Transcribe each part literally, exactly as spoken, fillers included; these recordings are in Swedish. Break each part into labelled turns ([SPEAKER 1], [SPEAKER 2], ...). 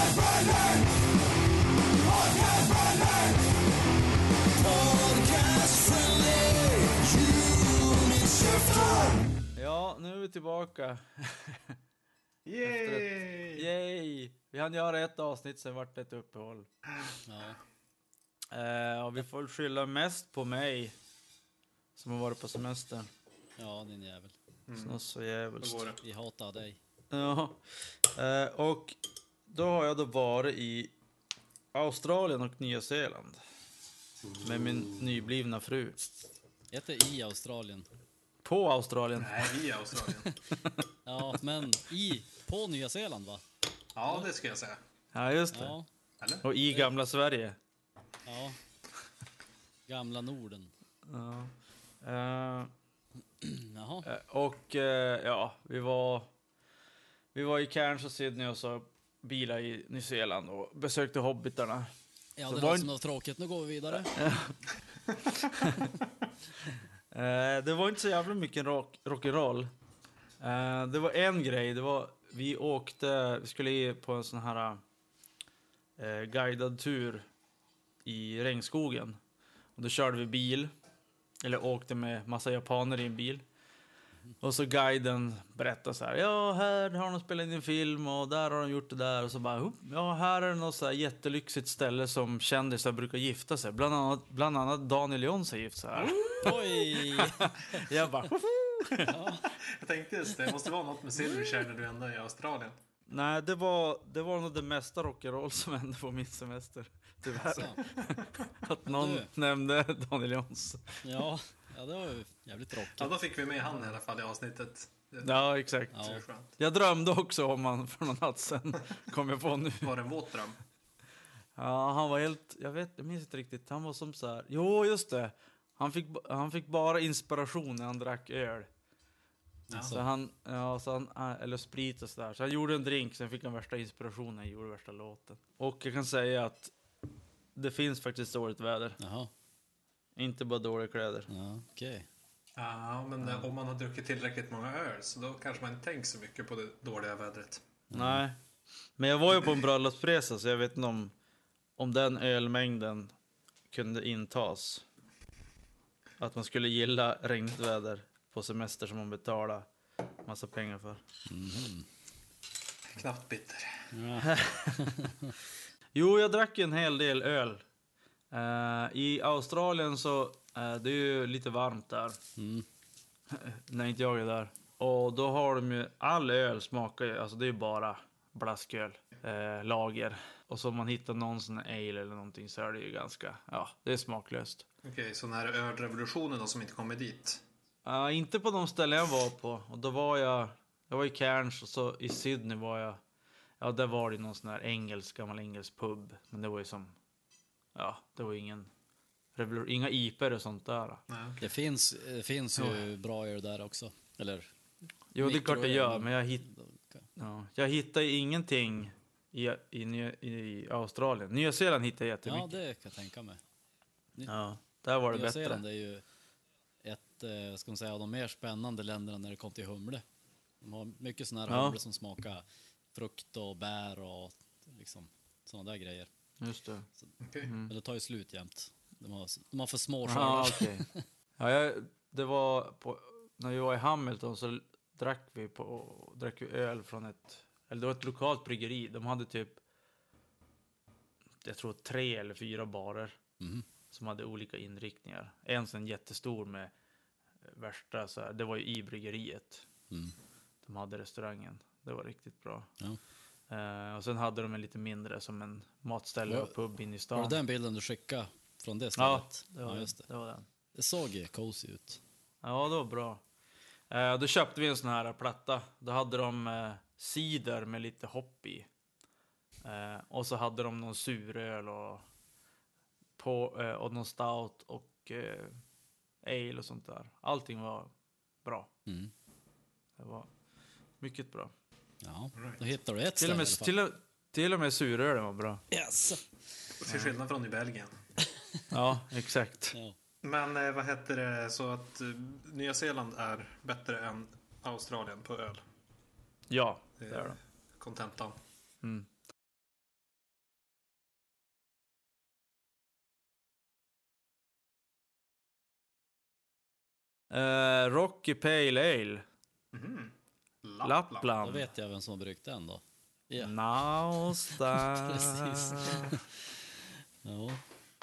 [SPEAKER 1] Ja, nu är vi tillbaka.
[SPEAKER 2] Yay!
[SPEAKER 1] Ett, yay! Vi hann göra ett avsnitt, sen vart det ett uppehåll.
[SPEAKER 3] Ja.
[SPEAKER 1] Eh, och vi får skylla mest på mig som har varit på semester.
[SPEAKER 3] Ja, din jävel.
[SPEAKER 1] Så, så jävligt.
[SPEAKER 2] Hur går det?
[SPEAKER 3] Vi hatar dig.
[SPEAKER 1] Ja. Eh, och då har jag då varit i Australien och Nya Zeeland med min nyblivna fru.
[SPEAKER 3] Heter i Australien.
[SPEAKER 1] På Australien.
[SPEAKER 2] Nej, i Australien.
[SPEAKER 3] Ja, men i, på Nya Zeeland va?
[SPEAKER 2] Ja, det ska jag säga.
[SPEAKER 1] Ja, just det.
[SPEAKER 3] Ja,
[SPEAKER 2] Eller?
[SPEAKER 1] Och i gamla Sverige.
[SPEAKER 3] ja. Gamla Norden.
[SPEAKER 1] Ja. Eh,
[SPEAKER 3] Jaha.
[SPEAKER 1] Eh, Och eh, ja, vi var vi var i Cairns och Sydney och så bila i Nya Zeeland och besökte hobbitarna.
[SPEAKER 3] Ja,
[SPEAKER 1] så
[SPEAKER 3] det
[SPEAKER 1] var
[SPEAKER 3] var
[SPEAKER 1] en-
[SPEAKER 3] som något tråkigt. Nu går vi vidare.
[SPEAKER 1] Eh, det var inte så jävla mycket rock, rock'n'roll. Eh, det var en grej, det var vi åkte, vi skulle på en sån här eh, guidad tur i regnskogen. Och då körde vi bil, eller åkte med massa japaner i en bil. Och så guiden berättar så här: ja, här har de spelat in en film och där har de gjort det där. Och så bara, "Hopp, ja, här är det något så här jättelyxigt ställe som kändisar brukar gifta sig. Bland annat, bland annat Daniel Jonsson gift så här."
[SPEAKER 3] Oj!
[SPEAKER 1] Jag bara,
[SPEAKER 2] Jag tänkte just det, det måste vara något med Silverchair när du ändå är i Australien.
[SPEAKER 1] nej, det var, det var nog det mesta rock'n'roll som hände på min semester. Tyvärr.
[SPEAKER 3] Så.
[SPEAKER 1] Att någon
[SPEAKER 3] Du.
[SPEAKER 1] nämnde Daniel Jonsson.
[SPEAKER 3] Ja, ja, det var ju jävligt
[SPEAKER 2] Ja,
[SPEAKER 3] tråkigt.
[SPEAKER 2] då fick vi med han i alla fall i avsnittet. Det
[SPEAKER 1] Ja, exakt.
[SPEAKER 3] Ja.
[SPEAKER 2] är skönt.
[SPEAKER 1] Jag drömde också om han för någon natt sen. Kom jag på nu.
[SPEAKER 2] Var det en våt dröm?
[SPEAKER 1] Ja, han var helt, jag vet, jag minns inte riktigt. Han var som så här, jo just det. Han fick, han fick bara inspiration när han drack öl.
[SPEAKER 2] Ja.
[SPEAKER 1] Så han, ja, så han, eller sprit och sådär. Så han gjorde en drink, sen fick han värsta inspirationen, han gjorde värsta låten. Och jag kan säga att det finns faktiskt dåligt väder.
[SPEAKER 3] Jaha,
[SPEAKER 1] Inte bara dåliga kläder.
[SPEAKER 3] ja, okej.
[SPEAKER 2] Ja, men eh, om man har druckit tillräckligt många öl så då kanske man inte tänker så mycket på det dåliga vädret.
[SPEAKER 1] Nej. Men jag var ju på en bröllopsresa så jag vet inte om, om den ölmängden kunde intas. Att man skulle gilla regnigt väder på semester som man betalar massa pengar för.
[SPEAKER 2] Knappt bitter.
[SPEAKER 3] Ja.
[SPEAKER 1] Jo, jag drack en hel del öl. Eh, I Australien så eh, det är ju lite varmt där.
[SPEAKER 3] Mm.
[SPEAKER 1] När inte jag är där. Och då har de ju, all öl smakar ju, alltså det är ju bara blasköl, eh, lager. Och så om man hittar någon sån ale eller någonting så är det ju ganska, ja, det är smaklöst.
[SPEAKER 2] Okej, så när ölrevolutionen då som inte kommer dit.
[SPEAKER 1] Uh, inte på de ställen jag var på. Och då var jag, jag var i Cairns och så i Sydney var jag, ja där var det någon sån här engelsk, gammal engelsk pub. Men det var ju som, ja, det var ingen, revolu- inga I P och sånt där.
[SPEAKER 2] Nej, okej.
[SPEAKER 3] Det finns, det finns ju bra öl där också. Eller?
[SPEAKER 1] Jo, det är klart det
[SPEAKER 3] mikroöl.
[SPEAKER 1] gör, men jag, hit, ja, jag hittar ju ingenting i, i, Nya- i Australien. Nya Zeeland hittar jag
[SPEAKER 3] Ja,
[SPEAKER 1] jättemycket.
[SPEAKER 3] det kan jag tänka mig.
[SPEAKER 1] Ja, där var det
[SPEAKER 3] Nya
[SPEAKER 1] bättre.
[SPEAKER 3] Zeeland är ju ett, eh, ska man säga, av de mer spännande länderna när det kommer till humle. De har mycket sådana här
[SPEAKER 1] Ja.
[SPEAKER 3] humle som smakar frukt och bär och liksom sådana där grejer.
[SPEAKER 1] Just det.
[SPEAKER 2] Okej.
[SPEAKER 1] Mm.
[SPEAKER 3] Men det tar ju slut jämt. De har, de har för små
[SPEAKER 1] Ja,
[SPEAKER 3] skördar.
[SPEAKER 1] okej. Ja, jag, det var på, när vi var i Hamilton så drack vi på drack vi öl från ett, eller det var ett lokalt bryggeri. De hade typ, jag tror tre eller fyra barer
[SPEAKER 3] Mhm.
[SPEAKER 1] som hade olika inriktningar. En sån jättestor med värsta så här, det var ju i bryggeriet.
[SPEAKER 3] Mm.
[SPEAKER 1] De hade restaurangen. Det var riktigt bra.
[SPEAKER 3] Ja.
[SPEAKER 1] Eh, och sen hade de en lite mindre som en matställe
[SPEAKER 3] Var-
[SPEAKER 1] och pub inne i
[SPEAKER 3] Var
[SPEAKER 1] stan.
[SPEAKER 3] det den bilden du skickade från det
[SPEAKER 1] Ja,
[SPEAKER 3] stället?
[SPEAKER 1] det var,
[SPEAKER 3] ja, just det.
[SPEAKER 1] det var den.
[SPEAKER 3] Det såg ju cozy ut.
[SPEAKER 1] Ja, det var bra. Eh, då köpte vi en sån här platta. Då hade de eh, cider med lite hopp i. Eh, och så hade de någon suröl och, på, eh, och någon stout och eh, ale och sånt där. Allting var bra.
[SPEAKER 3] Mm.
[SPEAKER 1] Det var mycket bra.
[SPEAKER 3] Ja,
[SPEAKER 2] Right.
[SPEAKER 3] då hittar du ett
[SPEAKER 1] Till och,
[SPEAKER 3] ställe
[SPEAKER 1] med,
[SPEAKER 3] i alla fall.
[SPEAKER 1] till, och, till och med surölen var bra.
[SPEAKER 3] Yes.
[SPEAKER 2] Till skillnad från i Belgien.
[SPEAKER 1] Ja, exakt.
[SPEAKER 3] Ja.
[SPEAKER 2] Men eh, vad heter det, så att eh, Nya Zeeland är bättre än Australien på öl?
[SPEAKER 1] Ja,
[SPEAKER 2] Det
[SPEAKER 1] det är det.
[SPEAKER 2] kontentan.
[SPEAKER 1] Mm. Eh, Rocky Pale Ale.
[SPEAKER 2] Mhm.
[SPEAKER 1] Lappland.
[SPEAKER 3] Då vet jag vem som har bryggt den då. Ja,
[SPEAKER 1] Någonstans.
[SPEAKER 3] precis. Ja.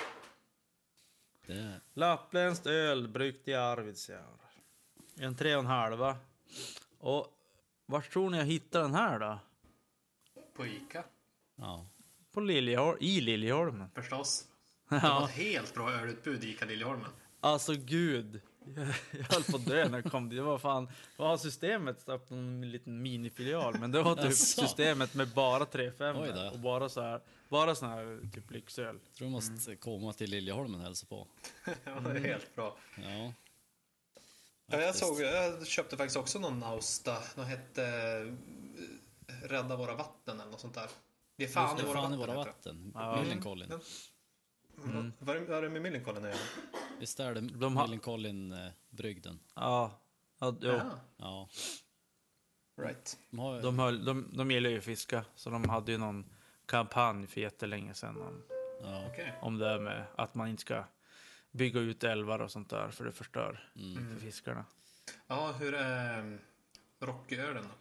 [SPEAKER 3] Det.
[SPEAKER 1] Lappländskt öl bryggt i Arvidsjaur. En tre och en halva. Och vart tror ni jag hittade den här då?
[SPEAKER 2] På Ica,
[SPEAKER 3] Ja.
[SPEAKER 1] På Liljeholm, i Liljeholmen.
[SPEAKER 2] förstås. Det var
[SPEAKER 1] Ja,
[SPEAKER 2] ett helt bra ölutbud i Ica Liljeholmen.
[SPEAKER 1] alltså gud. Jag, jag höll på att dö när jag kom dit. Det var fan, vad har systemet öppnat en liten minifilial, men det var typ
[SPEAKER 3] Jaså?
[SPEAKER 1] systemet med bara tre fem
[SPEAKER 3] Oj då.
[SPEAKER 1] och bara så här, bara sån här typ lyxöl.
[SPEAKER 3] Tror du måste komma till Liljeholmen och hälsa på.
[SPEAKER 2] Ja, det är helt bra.
[SPEAKER 3] Ja.
[SPEAKER 2] Ja, jag,
[SPEAKER 3] Faktiskt.
[SPEAKER 2] såg, jag köpte faktiskt också någon Nausta. Den hette eh, Rädda våra vatten eller något sånt där. Det är fan,
[SPEAKER 3] Det
[SPEAKER 2] i,
[SPEAKER 3] är
[SPEAKER 2] våra
[SPEAKER 3] fan i
[SPEAKER 2] vatten,
[SPEAKER 3] våra
[SPEAKER 2] heter det.
[SPEAKER 3] vatten.
[SPEAKER 1] Ja.
[SPEAKER 3] Millencolin.
[SPEAKER 2] Ja. Mm. Vad är det- vad är det med Millencolin att göra?
[SPEAKER 3] Visst är det
[SPEAKER 1] De har-
[SPEAKER 3] Millencolin eh, brygden?
[SPEAKER 1] Ja, ja jo.
[SPEAKER 2] Jaha,
[SPEAKER 3] Ja.
[SPEAKER 2] right.
[SPEAKER 3] De har,
[SPEAKER 1] De, höll, de, de gillar ju fiska, så de hade ju någon kampanj för jättelänge sedan om,
[SPEAKER 3] ja.
[SPEAKER 2] Okej.
[SPEAKER 1] om det här med att man inte ska bygga ut älvar och sånt där, för det förstör
[SPEAKER 3] Mm.
[SPEAKER 1] för fiskarna.
[SPEAKER 2] Ja, hur är um, Rocky-ölen då?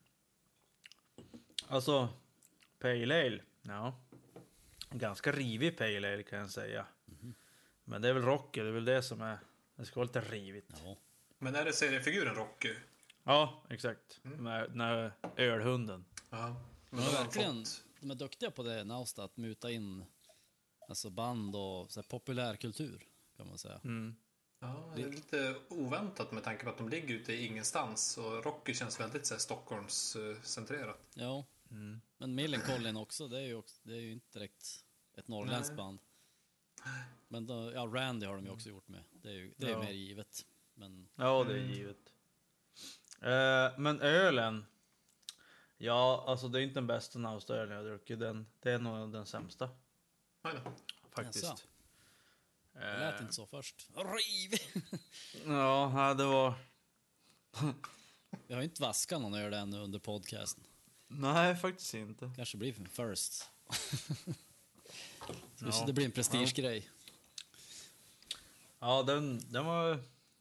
[SPEAKER 1] Alltså, Pale Ale, ja. Ganska rivig Pale Ale kan jag säga. Men det är väl Rocky, det är väl det som är, det ska vara lite rivigt.
[SPEAKER 3] Ja.
[SPEAKER 2] Men är det seriefiguren Rocky?
[SPEAKER 1] Ja, exakt. Med, med ölhunden.
[SPEAKER 2] Ja.
[SPEAKER 3] De
[SPEAKER 2] då
[SPEAKER 3] är
[SPEAKER 2] har han
[SPEAKER 3] verkligen
[SPEAKER 2] fått-
[SPEAKER 3] de är duktiga på det, Nausta, att muta in alltså band och så här, populärkultur, kan man säga.
[SPEAKER 1] Mm.
[SPEAKER 2] Ja, det är lite oväntat med tanke på att de ligger ute i ingenstans. Och Rocky känns väldigt så här, Stockholmscentrerat.
[SPEAKER 3] Ja,
[SPEAKER 1] Mm.
[SPEAKER 3] men Millencolin också, det är ju, också, det är ju inte direkt ett norrländskt
[SPEAKER 2] Nej.
[SPEAKER 3] band. Men då, ja, Randy har de ju också gjort med. Det är ju det är
[SPEAKER 1] Ja.
[SPEAKER 3] mer givet. Men
[SPEAKER 1] Ja, det är
[SPEAKER 2] Mm.
[SPEAKER 1] givet. Eh, men ölen. Ja, alltså det är inte den bästa Nausta-ölen jag har druckit. Den, det är nog den sämsta,
[SPEAKER 2] Oj då.
[SPEAKER 1] faktiskt.
[SPEAKER 3] Jaså? det lät
[SPEAKER 1] Eh,
[SPEAKER 3] inte så först. Riv!
[SPEAKER 1] Ja, nej, det var...
[SPEAKER 3] Vi har ju inte vaskat någon öl ännu under podcasten.
[SPEAKER 1] Nej, faktiskt inte.
[SPEAKER 3] Kanske blir first. Så
[SPEAKER 1] Ja.
[SPEAKER 3] det blir en prestigegrej.
[SPEAKER 1] Ja, den, den var...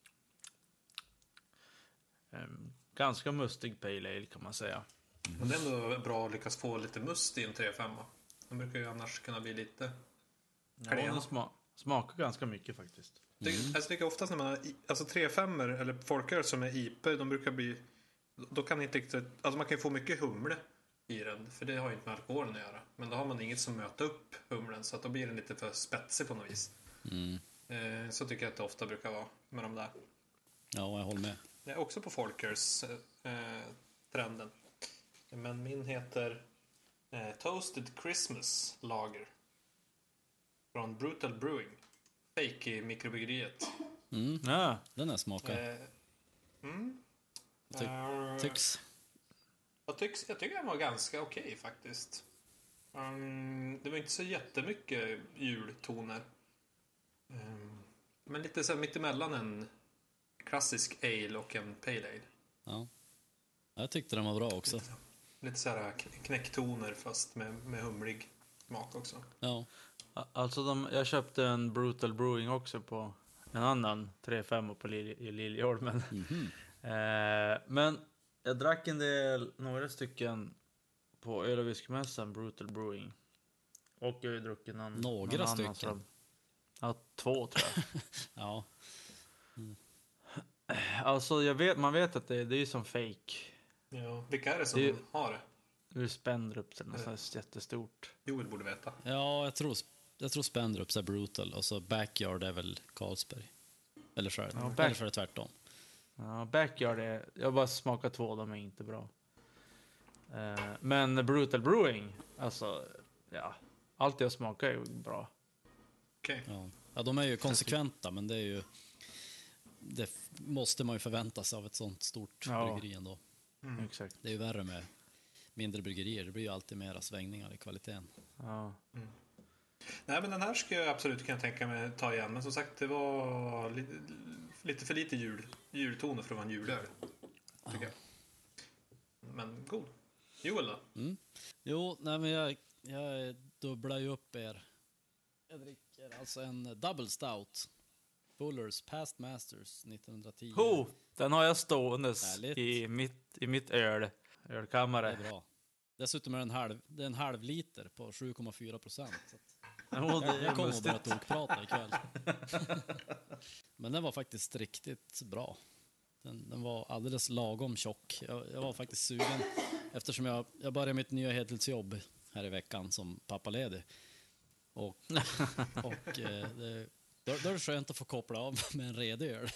[SPEAKER 1] em, ganska mustig Pale Ale kan man säga.
[SPEAKER 2] Men det är ändå bra att lyckas få lite must i en tre fem. De brukar ju annars kunna bli lite...
[SPEAKER 1] Ja,
[SPEAKER 2] Klena.
[SPEAKER 1] den sma smakar ganska mycket faktiskt.
[SPEAKER 2] Det, alltså, jag tycker oftast när man har, i- alltså tre fem eller folköl som är I P, de brukar bli, då kan inte riktigt, alltså man kan ju få mycket humle i den, för det har ju inte med alkoholen att göra. Men då har man inget som möter upp humlen, så att då blir den lite för spetsig på något vis.
[SPEAKER 3] Mm.
[SPEAKER 2] Eh, så tycker jag att det ofta brukar vara med de där.
[SPEAKER 3] Ja, jag håller med.
[SPEAKER 2] Jag är också på folköls eh, trenden. Men min heter eh, Toasted Christmas Lager. Från Brutal Brewing. Fake i mikrobryggeriet.
[SPEAKER 3] Mm.
[SPEAKER 1] Ja,
[SPEAKER 3] Den här smakar.
[SPEAKER 2] Eh, mm.
[SPEAKER 3] Ty
[SPEAKER 2] Eh,
[SPEAKER 3] tycks.
[SPEAKER 2] jag, tycks, jag tycker den var ganska okej faktiskt. Mm, det var inte så jättemycket jultoner. Mm, men lite så här mittemellan en klassisk ale och en pale ale.
[SPEAKER 3] Ja. Jag tyckte den var bra också.
[SPEAKER 2] Lite så här kn- knäcktoner fast med, med humlig smak också.
[SPEAKER 3] Ja.
[SPEAKER 1] a- alltså de, jag köpte en Brutal Brewing också på en annan tre fem på Lilj i Liljeholmen.
[SPEAKER 3] Mhm.
[SPEAKER 1] Eh, men jag drack en del, några stycken på öl och whiskymässan, Brutal Brewing. Och jag har ju druckit någon,
[SPEAKER 3] Några
[SPEAKER 1] någon
[SPEAKER 3] stycken?
[SPEAKER 1] annan som- Ja, två tror jag.
[SPEAKER 3] Ja.
[SPEAKER 1] Alltså jag vet, man vet att det, det är ju som fake.
[SPEAKER 2] Ja. Vilka är det som
[SPEAKER 1] Det-
[SPEAKER 2] har det?
[SPEAKER 1] Ur Spendrup eller något sånt här jättestort.
[SPEAKER 2] Joel borde veta.
[SPEAKER 3] Ja, jag tror, jag tror Spendrup är Brutal och så Backyard är väl Carlsberg. Eller så är det,
[SPEAKER 1] Ja, back-
[SPEAKER 3] eller så är det tvärtom.
[SPEAKER 1] Ja, Backyard är, jag har bara smakat två, de är inte bra. Eh, men Brutal Brewing, alltså, ja, allt jag smakar är ju bra.
[SPEAKER 2] Okej.
[SPEAKER 3] Ja. Ja, de är ju konsekventa, men det är ju... Det f- måste man ju förvänta sig av ett sånt stort
[SPEAKER 1] Ja.
[SPEAKER 3] bryggeri ändå.
[SPEAKER 2] Mm.
[SPEAKER 1] Exakt.
[SPEAKER 3] Det är ju värre med mindre bryggerier. Det blir ju alltid mera svängningar i kvaliteten.
[SPEAKER 1] Ja.
[SPEAKER 2] Nej, men den här skulle jag absolut kunna tänka mig ta igen. Men som sagt, det var lite, lite för lite jul, jultoner för att vara en julöl. Tycker jag. Men god. Joel då?
[SPEAKER 3] Mm. Jo, nej men jag, jag dubblar ju upp er. Jag dricker alltså en double stout Bullers Past Masters nittonhundratio.
[SPEAKER 1] Ho, den har jag ståendes
[SPEAKER 3] Härligt.
[SPEAKER 1] i mitt, i mitt öl,
[SPEAKER 3] Det
[SPEAKER 1] ölkammare.
[SPEAKER 3] är bra. Dessutom är det en halv, det är en halv liter på sju komma fyra procent.
[SPEAKER 1] Jo, det
[SPEAKER 3] Jag, jag
[SPEAKER 1] är
[SPEAKER 3] kommer att börja
[SPEAKER 1] mustigt.
[SPEAKER 3] tokprata ikväll. Men den var faktiskt riktigt bra. Den, den var alldeles lagom tjock. Jag, jag var faktiskt sugen eftersom jag, jag började mitt nya heltidsjobb här i veckan som pappaledig. Och, och eh, det, då, då är det skönt att få koppla av med en redig öl.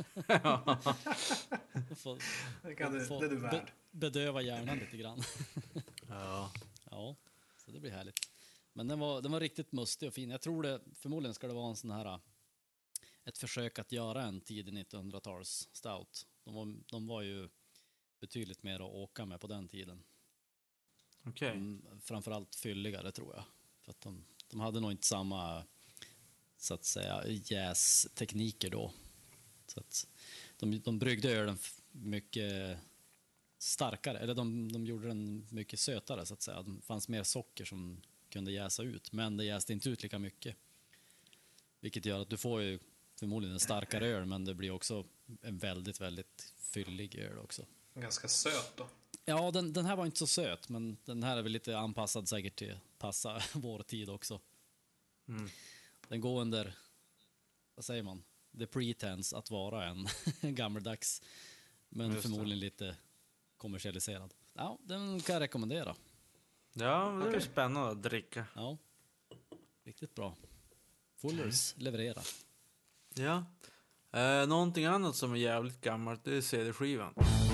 [SPEAKER 3] få,
[SPEAKER 2] Det, kan du,
[SPEAKER 3] få
[SPEAKER 2] det är du
[SPEAKER 3] be,
[SPEAKER 2] värd.
[SPEAKER 3] bedöva hjärnan lite grann.
[SPEAKER 1] Ja.
[SPEAKER 3] Ja, så det blir härligt. Men den var, den var riktigt mustig och fin. Jag tror det, förmodligen ska det vara en sån här, ett försök att göra en tidig nittonhundratals stout. De var, de var ju betydligt mer att åka med på den tiden.
[SPEAKER 1] Okej.
[SPEAKER 3] Mm, framförallt fylligare tror jag. För att de, de hade nog inte samma, så att säga, jästekniker då. Så att de, de bryggde ölen f- mycket starkare, eller de, de gjorde den mycket sötare så att säga. Det fanns mer socker som kunde jäsa ut, men det jäste inte ut lika mycket. Vilket gör att du får ju förmodligen en starkare öl, men det blir också en väldigt, väldigt fyllig öl också.
[SPEAKER 2] Ganska söt då.
[SPEAKER 3] Ja, den, den här var inte så söt, men den här är väl lite anpassad säkert till passa vår tid också.
[SPEAKER 1] Mm.
[SPEAKER 3] Den går under, vad säger man, the pretense att vara en gammeldags, men
[SPEAKER 1] Just det.
[SPEAKER 3] förmodligen lite kommersialiserad. Ja, den kan jag rekommendera.
[SPEAKER 1] Ja, det är
[SPEAKER 2] Okej.
[SPEAKER 1] spännande att dricka.
[SPEAKER 3] Ja, riktigt bra. Fullers levererar.
[SPEAKER 1] Ja. Eh, någonting annat som är jävligt gammalt, det är C D-skivan.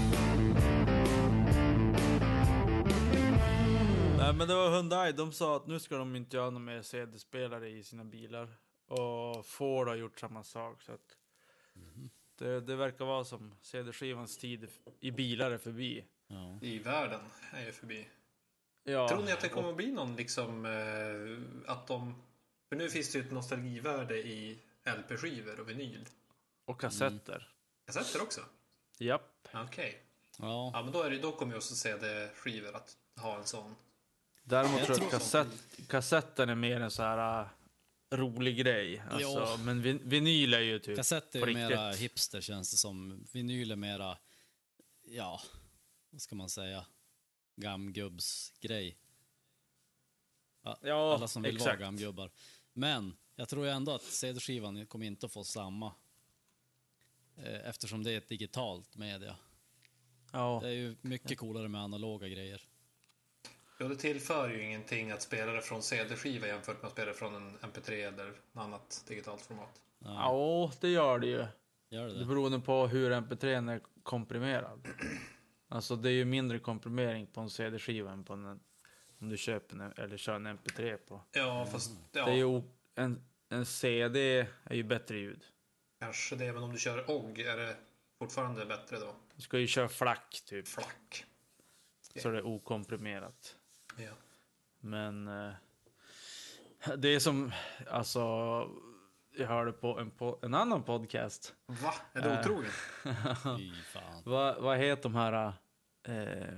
[SPEAKER 1] Nej, men det var Hyundai, de sa att nu ska de inte göra någon mer C D-spelare i sina bilar. Och Ford har gjort samma sak. Så att det, det verkar vara som C D-skivans tid i bilar är förbi.
[SPEAKER 3] Ja.
[SPEAKER 2] I världen är ju förbi.
[SPEAKER 1] Ja,
[SPEAKER 2] Tror ni att det kommer att bli någon liksom eh, att de... För nu finns det ju ett nostalgivärde i L P-skivor och vinyl.
[SPEAKER 1] och kassetter.
[SPEAKER 2] Kassetter också?
[SPEAKER 1] Japp.
[SPEAKER 2] Okej.
[SPEAKER 3] Ja,
[SPEAKER 2] Ja, men då, är det, då kommer ju också C D-skivor att ha en sån.
[SPEAKER 1] Däremot
[SPEAKER 3] Jag
[SPEAKER 1] tror jag
[SPEAKER 3] tror-
[SPEAKER 1] att kassett, kassetten är mer en så här uh, rolig grej. Alltså,
[SPEAKER 3] Ja.
[SPEAKER 1] men vin, vinyl är ju typ
[SPEAKER 3] kassett är
[SPEAKER 1] på
[SPEAKER 3] ju mera
[SPEAKER 1] riktigt.
[SPEAKER 3] hipster känns det som. Vinyl är mera, ja, vad ska man säga, gamgubbsgrej. Ja,
[SPEAKER 1] Ja,
[SPEAKER 3] alla som vill
[SPEAKER 1] exakt.
[SPEAKER 3] vara gamgubbar. Men jag tror ju ändå att C D-skivan kommer inte att få samma. Eh, Eftersom det är ett digitalt media.
[SPEAKER 1] Ja.
[SPEAKER 3] Det är ju mycket coolare med analoga grejer.
[SPEAKER 2] Jo, det tillför ju ingenting att spela det från C D-skiva jämfört med att spela det från en M P tre eller något annat digitalt format.
[SPEAKER 3] Ja,
[SPEAKER 1] Ja, det gör det ju.
[SPEAKER 3] gör det
[SPEAKER 1] Det
[SPEAKER 3] det?
[SPEAKER 1] beror på hur M P tre är komprimerad. Alltså det är ju mindre komprimering på en C D-skiva än på en, om du köper en, eller kör en M P tre på.
[SPEAKER 2] Ja, fast ja,
[SPEAKER 1] Det är ju en, en C D är ju bättre ljud.
[SPEAKER 2] kanske det. Men om du kör O G är det fortfarande bättre då.
[SPEAKER 1] Du ska ju köra flack typ,
[SPEAKER 2] Flack.
[SPEAKER 1] så det är okomprimerat.
[SPEAKER 2] Ja.
[SPEAKER 1] Men eh, det är som, alltså, jag hörde på en, på en annan podcast.
[SPEAKER 2] Va? Är du
[SPEAKER 1] Äh.
[SPEAKER 2] otrogen?
[SPEAKER 3] Fy fan.
[SPEAKER 1] Vad, vad heter de här eh,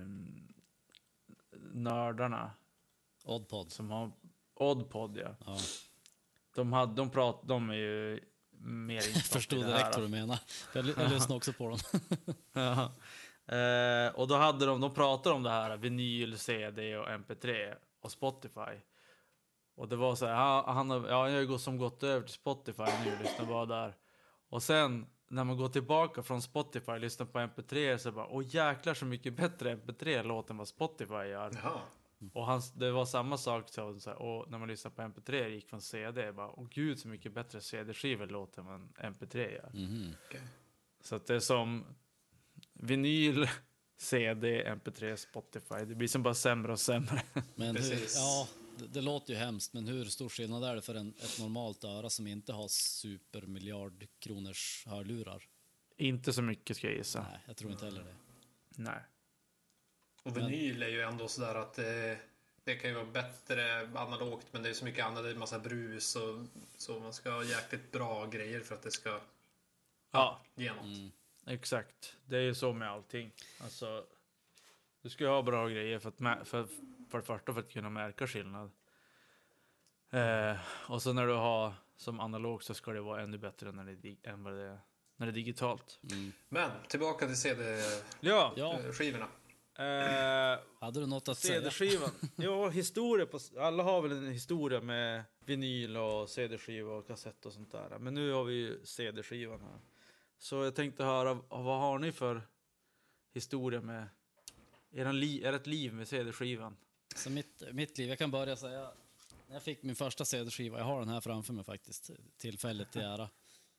[SPEAKER 1] nördarna
[SPEAKER 3] Oddpod.
[SPEAKER 1] som har Oddpod, ja.
[SPEAKER 3] Ja.
[SPEAKER 1] De, hade, de, prat, de är ju mer
[SPEAKER 3] Jag
[SPEAKER 1] insatta
[SPEAKER 3] förstod
[SPEAKER 1] i det
[SPEAKER 3] direkt
[SPEAKER 1] här.
[SPEAKER 3] vad du menar. Jag, jag lyssnade också på dem.
[SPEAKER 1] Ja. Eh, och då hade de, de pratade om det här vinyl, C D och M P tre och Spotify. Och det var så här, han, han har, ja, jag har gått som gått över till Spotify nu och lyssnar bara där. Och sen när man går tillbaka från Spotify och lyssnar på M P tre så bara, åh jäklar så mycket bättre M P tre låter än vad Spotify gör.
[SPEAKER 2] Jaha.
[SPEAKER 1] Och hans, det var samma sak så, så här, och när man lyssnar på M P tre gick från C D, bara, åh gud så mycket bättre C D-skivor låter än vad en M P tre gör.
[SPEAKER 3] Mhm.
[SPEAKER 2] Okej.
[SPEAKER 1] Så att det är som vinyl, C D, M P tre, Spotify. Det blir som bara sämre och sämre.
[SPEAKER 3] Men hur,
[SPEAKER 2] Precis.
[SPEAKER 3] ja, det, det låter ju hemskt, men hur stor skillnad är det för en, ett normalt öra som inte har supermiljard kronors hörlurar?
[SPEAKER 1] Inte så mycket ska jag gissa.
[SPEAKER 3] Nej, jag tror inte heller det.
[SPEAKER 1] Nej.
[SPEAKER 2] Och vinyl är ju ändå sådär att det, det kan ju vara bättre analogt, men det är så mycket annat, det är en massa brus och så. Man ska ha jäkligt bra grejer för att det ska
[SPEAKER 1] Ja,
[SPEAKER 2] ge något.
[SPEAKER 3] Mm.
[SPEAKER 1] exakt. Det är ju så med allting. Alltså, du ska ju ha bra grejer för att, mä- för, för det första för att kunna märka skillnad. Eh, och så när du har som analog så ska det vara ännu bättre när det är, dig- än vad det är, när det är digitalt.
[SPEAKER 3] Mm.
[SPEAKER 2] Men tillbaka till
[SPEAKER 1] Ja,
[SPEAKER 2] C D-skivorna.
[SPEAKER 3] Ja,
[SPEAKER 1] eh,
[SPEAKER 3] hade du något att säga?
[SPEAKER 1] C D-skivan. Ja, historia på, alla har väl en historia med vinyl och C D-skiva och kassett och sånt där. Men nu har vi ju C D-skivan här. Så jag tänkte höra, vad har ni för historia med eran li, ert liv med C D-skivan?
[SPEAKER 3] Så mitt, mitt liv, jag kan börja säga, när jag fick min första C D-skiva, jag har den här framför mig faktiskt, tillfället till ära.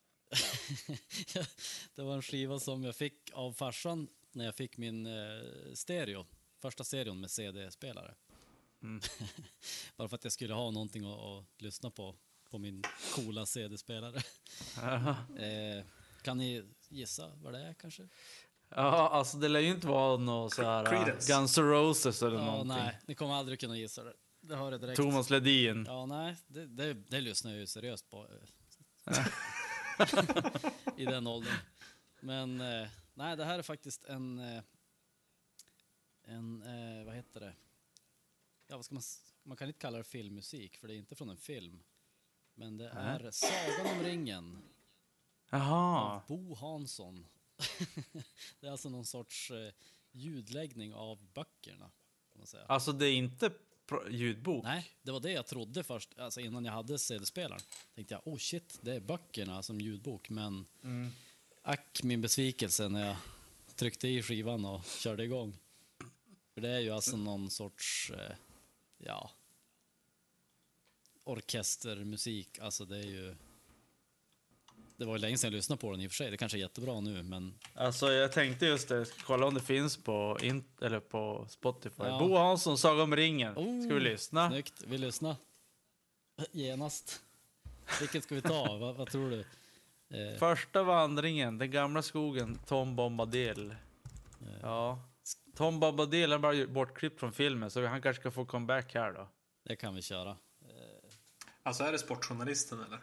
[SPEAKER 3] Det var en skiva som jag fick av farsan när jag fick min eh, stereo, första stereon med C D-spelare.
[SPEAKER 1] Mm.
[SPEAKER 3] Bara för att jag skulle ha någonting att, att lyssna på, på min coola C D-spelare. eh, kan ni gissa vad det är kanske?
[SPEAKER 1] Ja, alltså det lär ju inte vara något så här
[SPEAKER 2] Creedence.
[SPEAKER 1] Guns N' Roses eller
[SPEAKER 3] Ja,
[SPEAKER 1] någonting.
[SPEAKER 3] nej, ni kommer aldrig kunna gissa det. Det har jag direkt.
[SPEAKER 1] Thomas Ledin.
[SPEAKER 3] Ja, nej, det, det, det lyssnar jag ju seriöst på. I den åldern. Men eh, nej, det här är faktiskt en eh, en, eh, vad heter det? Ja, vad ska man, s- man kan inte kalla det filmmusik, för det är inte från en film. Men det är Sagan om ringen
[SPEAKER 1] Jaha.
[SPEAKER 3] av Bo Hansson. Det är alltså någon sorts eh, ljudläggning av böckerna, kan man säga.
[SPEAKER 1] Alltså det är inte pro- ljudbok?
[SPEAKER 3] Nej, det var det jag trodde först, alltså innan jag hade C D-spelaren. Tänkte jag, oh shit, det är böckerna som ljudbok, men
[SPEAKER 1] Mm.
[SPEAKER 3] ack min besvikelse när jag tryckte i skivan och körde igång. För det är ju alltså någon sorts, eh, ja, orkestermusik, alltså det är ju... Det var ju länge sedan jag lyssnade på den i och för sig, det kanske är jättebra nu, men...
[SPEAKER 1] Alltså jag tänkte just det, kolla om det finns på, in- eller på Spotify.
[SPEAKER 3] Ja.
[SPEAKER 1] Bo Hansson, Saga om ringen.
[SPEAKER 3] Oh,
[SPEAKER 1] Ska vi lyssna?
[SPEAKER 3] Snyggt, vi lyssnar. Genast. Vilket ska vi ta? vad, vad tror du? Eh,
[SPEAKER 1] Första vandringen, den gamla skogen, Tom Bombadil. Ja. Tom Bombadil är bara bortklippt från filmen, så han kanske ska få comeback här då.
[SPEAKER 3] det kan vi köra.
[SPEAKER 2] Alltså är det sportjournalisten eller?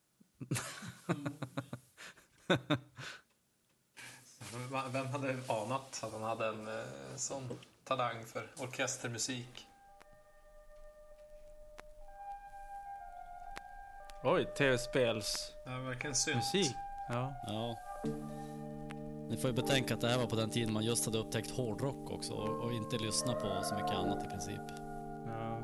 [SPEAKER 2] Vem hade anat att han hade en eh, sån talang för orkestermusik?
[SPEAKER 1] Oj, tv-spels
[SPEAKER 2] Ja, verkligen synd.
[SPEAKER 1] musik. Ja.
[SPEAKER 3] Ja. Ni får ju betänka att det här var på den tiden man just hade upptäckt hårdrock också och, och inte lyssna på så mycket annat i princip.
[SPEAKER 1] Ja.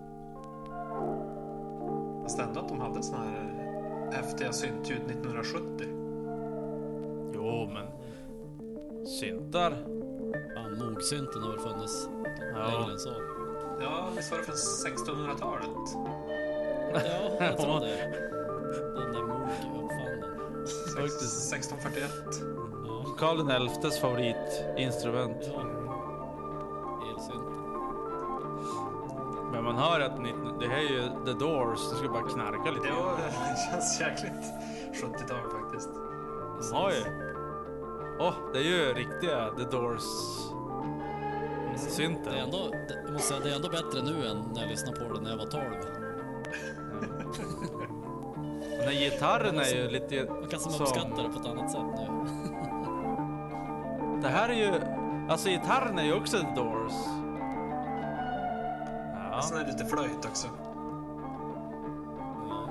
[SPEAKER 2] Fast ändå att de hade såna här häftiga syntljud nittonhundrasjuttio.
[SPEAKER 1] Jo, men syntar.
[SPEAKER 3] Fan, mogsynten har väl funnits
[SPEAKER 1] Ja.
[SPEAKER 3] längre än så.
[SPEAKER 2] Ja, visst var det från sextonhundratalet?
[SPEAKER 3] Ja, jag tror det. Den där Moog uppfann den.
[SPEAKER 1] Faktiskt.
[SPEAKER 2] sexton fyrtioett.
[SPEAKER 3] Ja,
[SPEAKER 1] Karl den elftes favoritinstrument.
[SPEAKER 3] ja. Elsynten.
[SPEAKER 1] Men man hör att ni- det här är ju The Doors, det ska bara knarka lite.
[SPEAKER 2] Ja, det känns jäkligt sjuttiotal faktiskt.
[SPEAKER 1] Oj! Åh, oh, det är ju riktiga The Doors synten.
[SPEAKER 3] Det är ändå, det, jag måste säga, det är ändå bättre nu än när jag lyssnade på det när jag var tolv.
[SPEAKER 1] Den här gitarren är ju lite
[SPEAKER 3] Man kan som uppskatta det på ett annat sätt nu.
[SPEAKER 1] Det här är ju... Alltså gitarren är ju också The Doors. Ja.
[SPEAKER 2] Sen är det lite flöjt också.
[SPEAKER 3] Ja.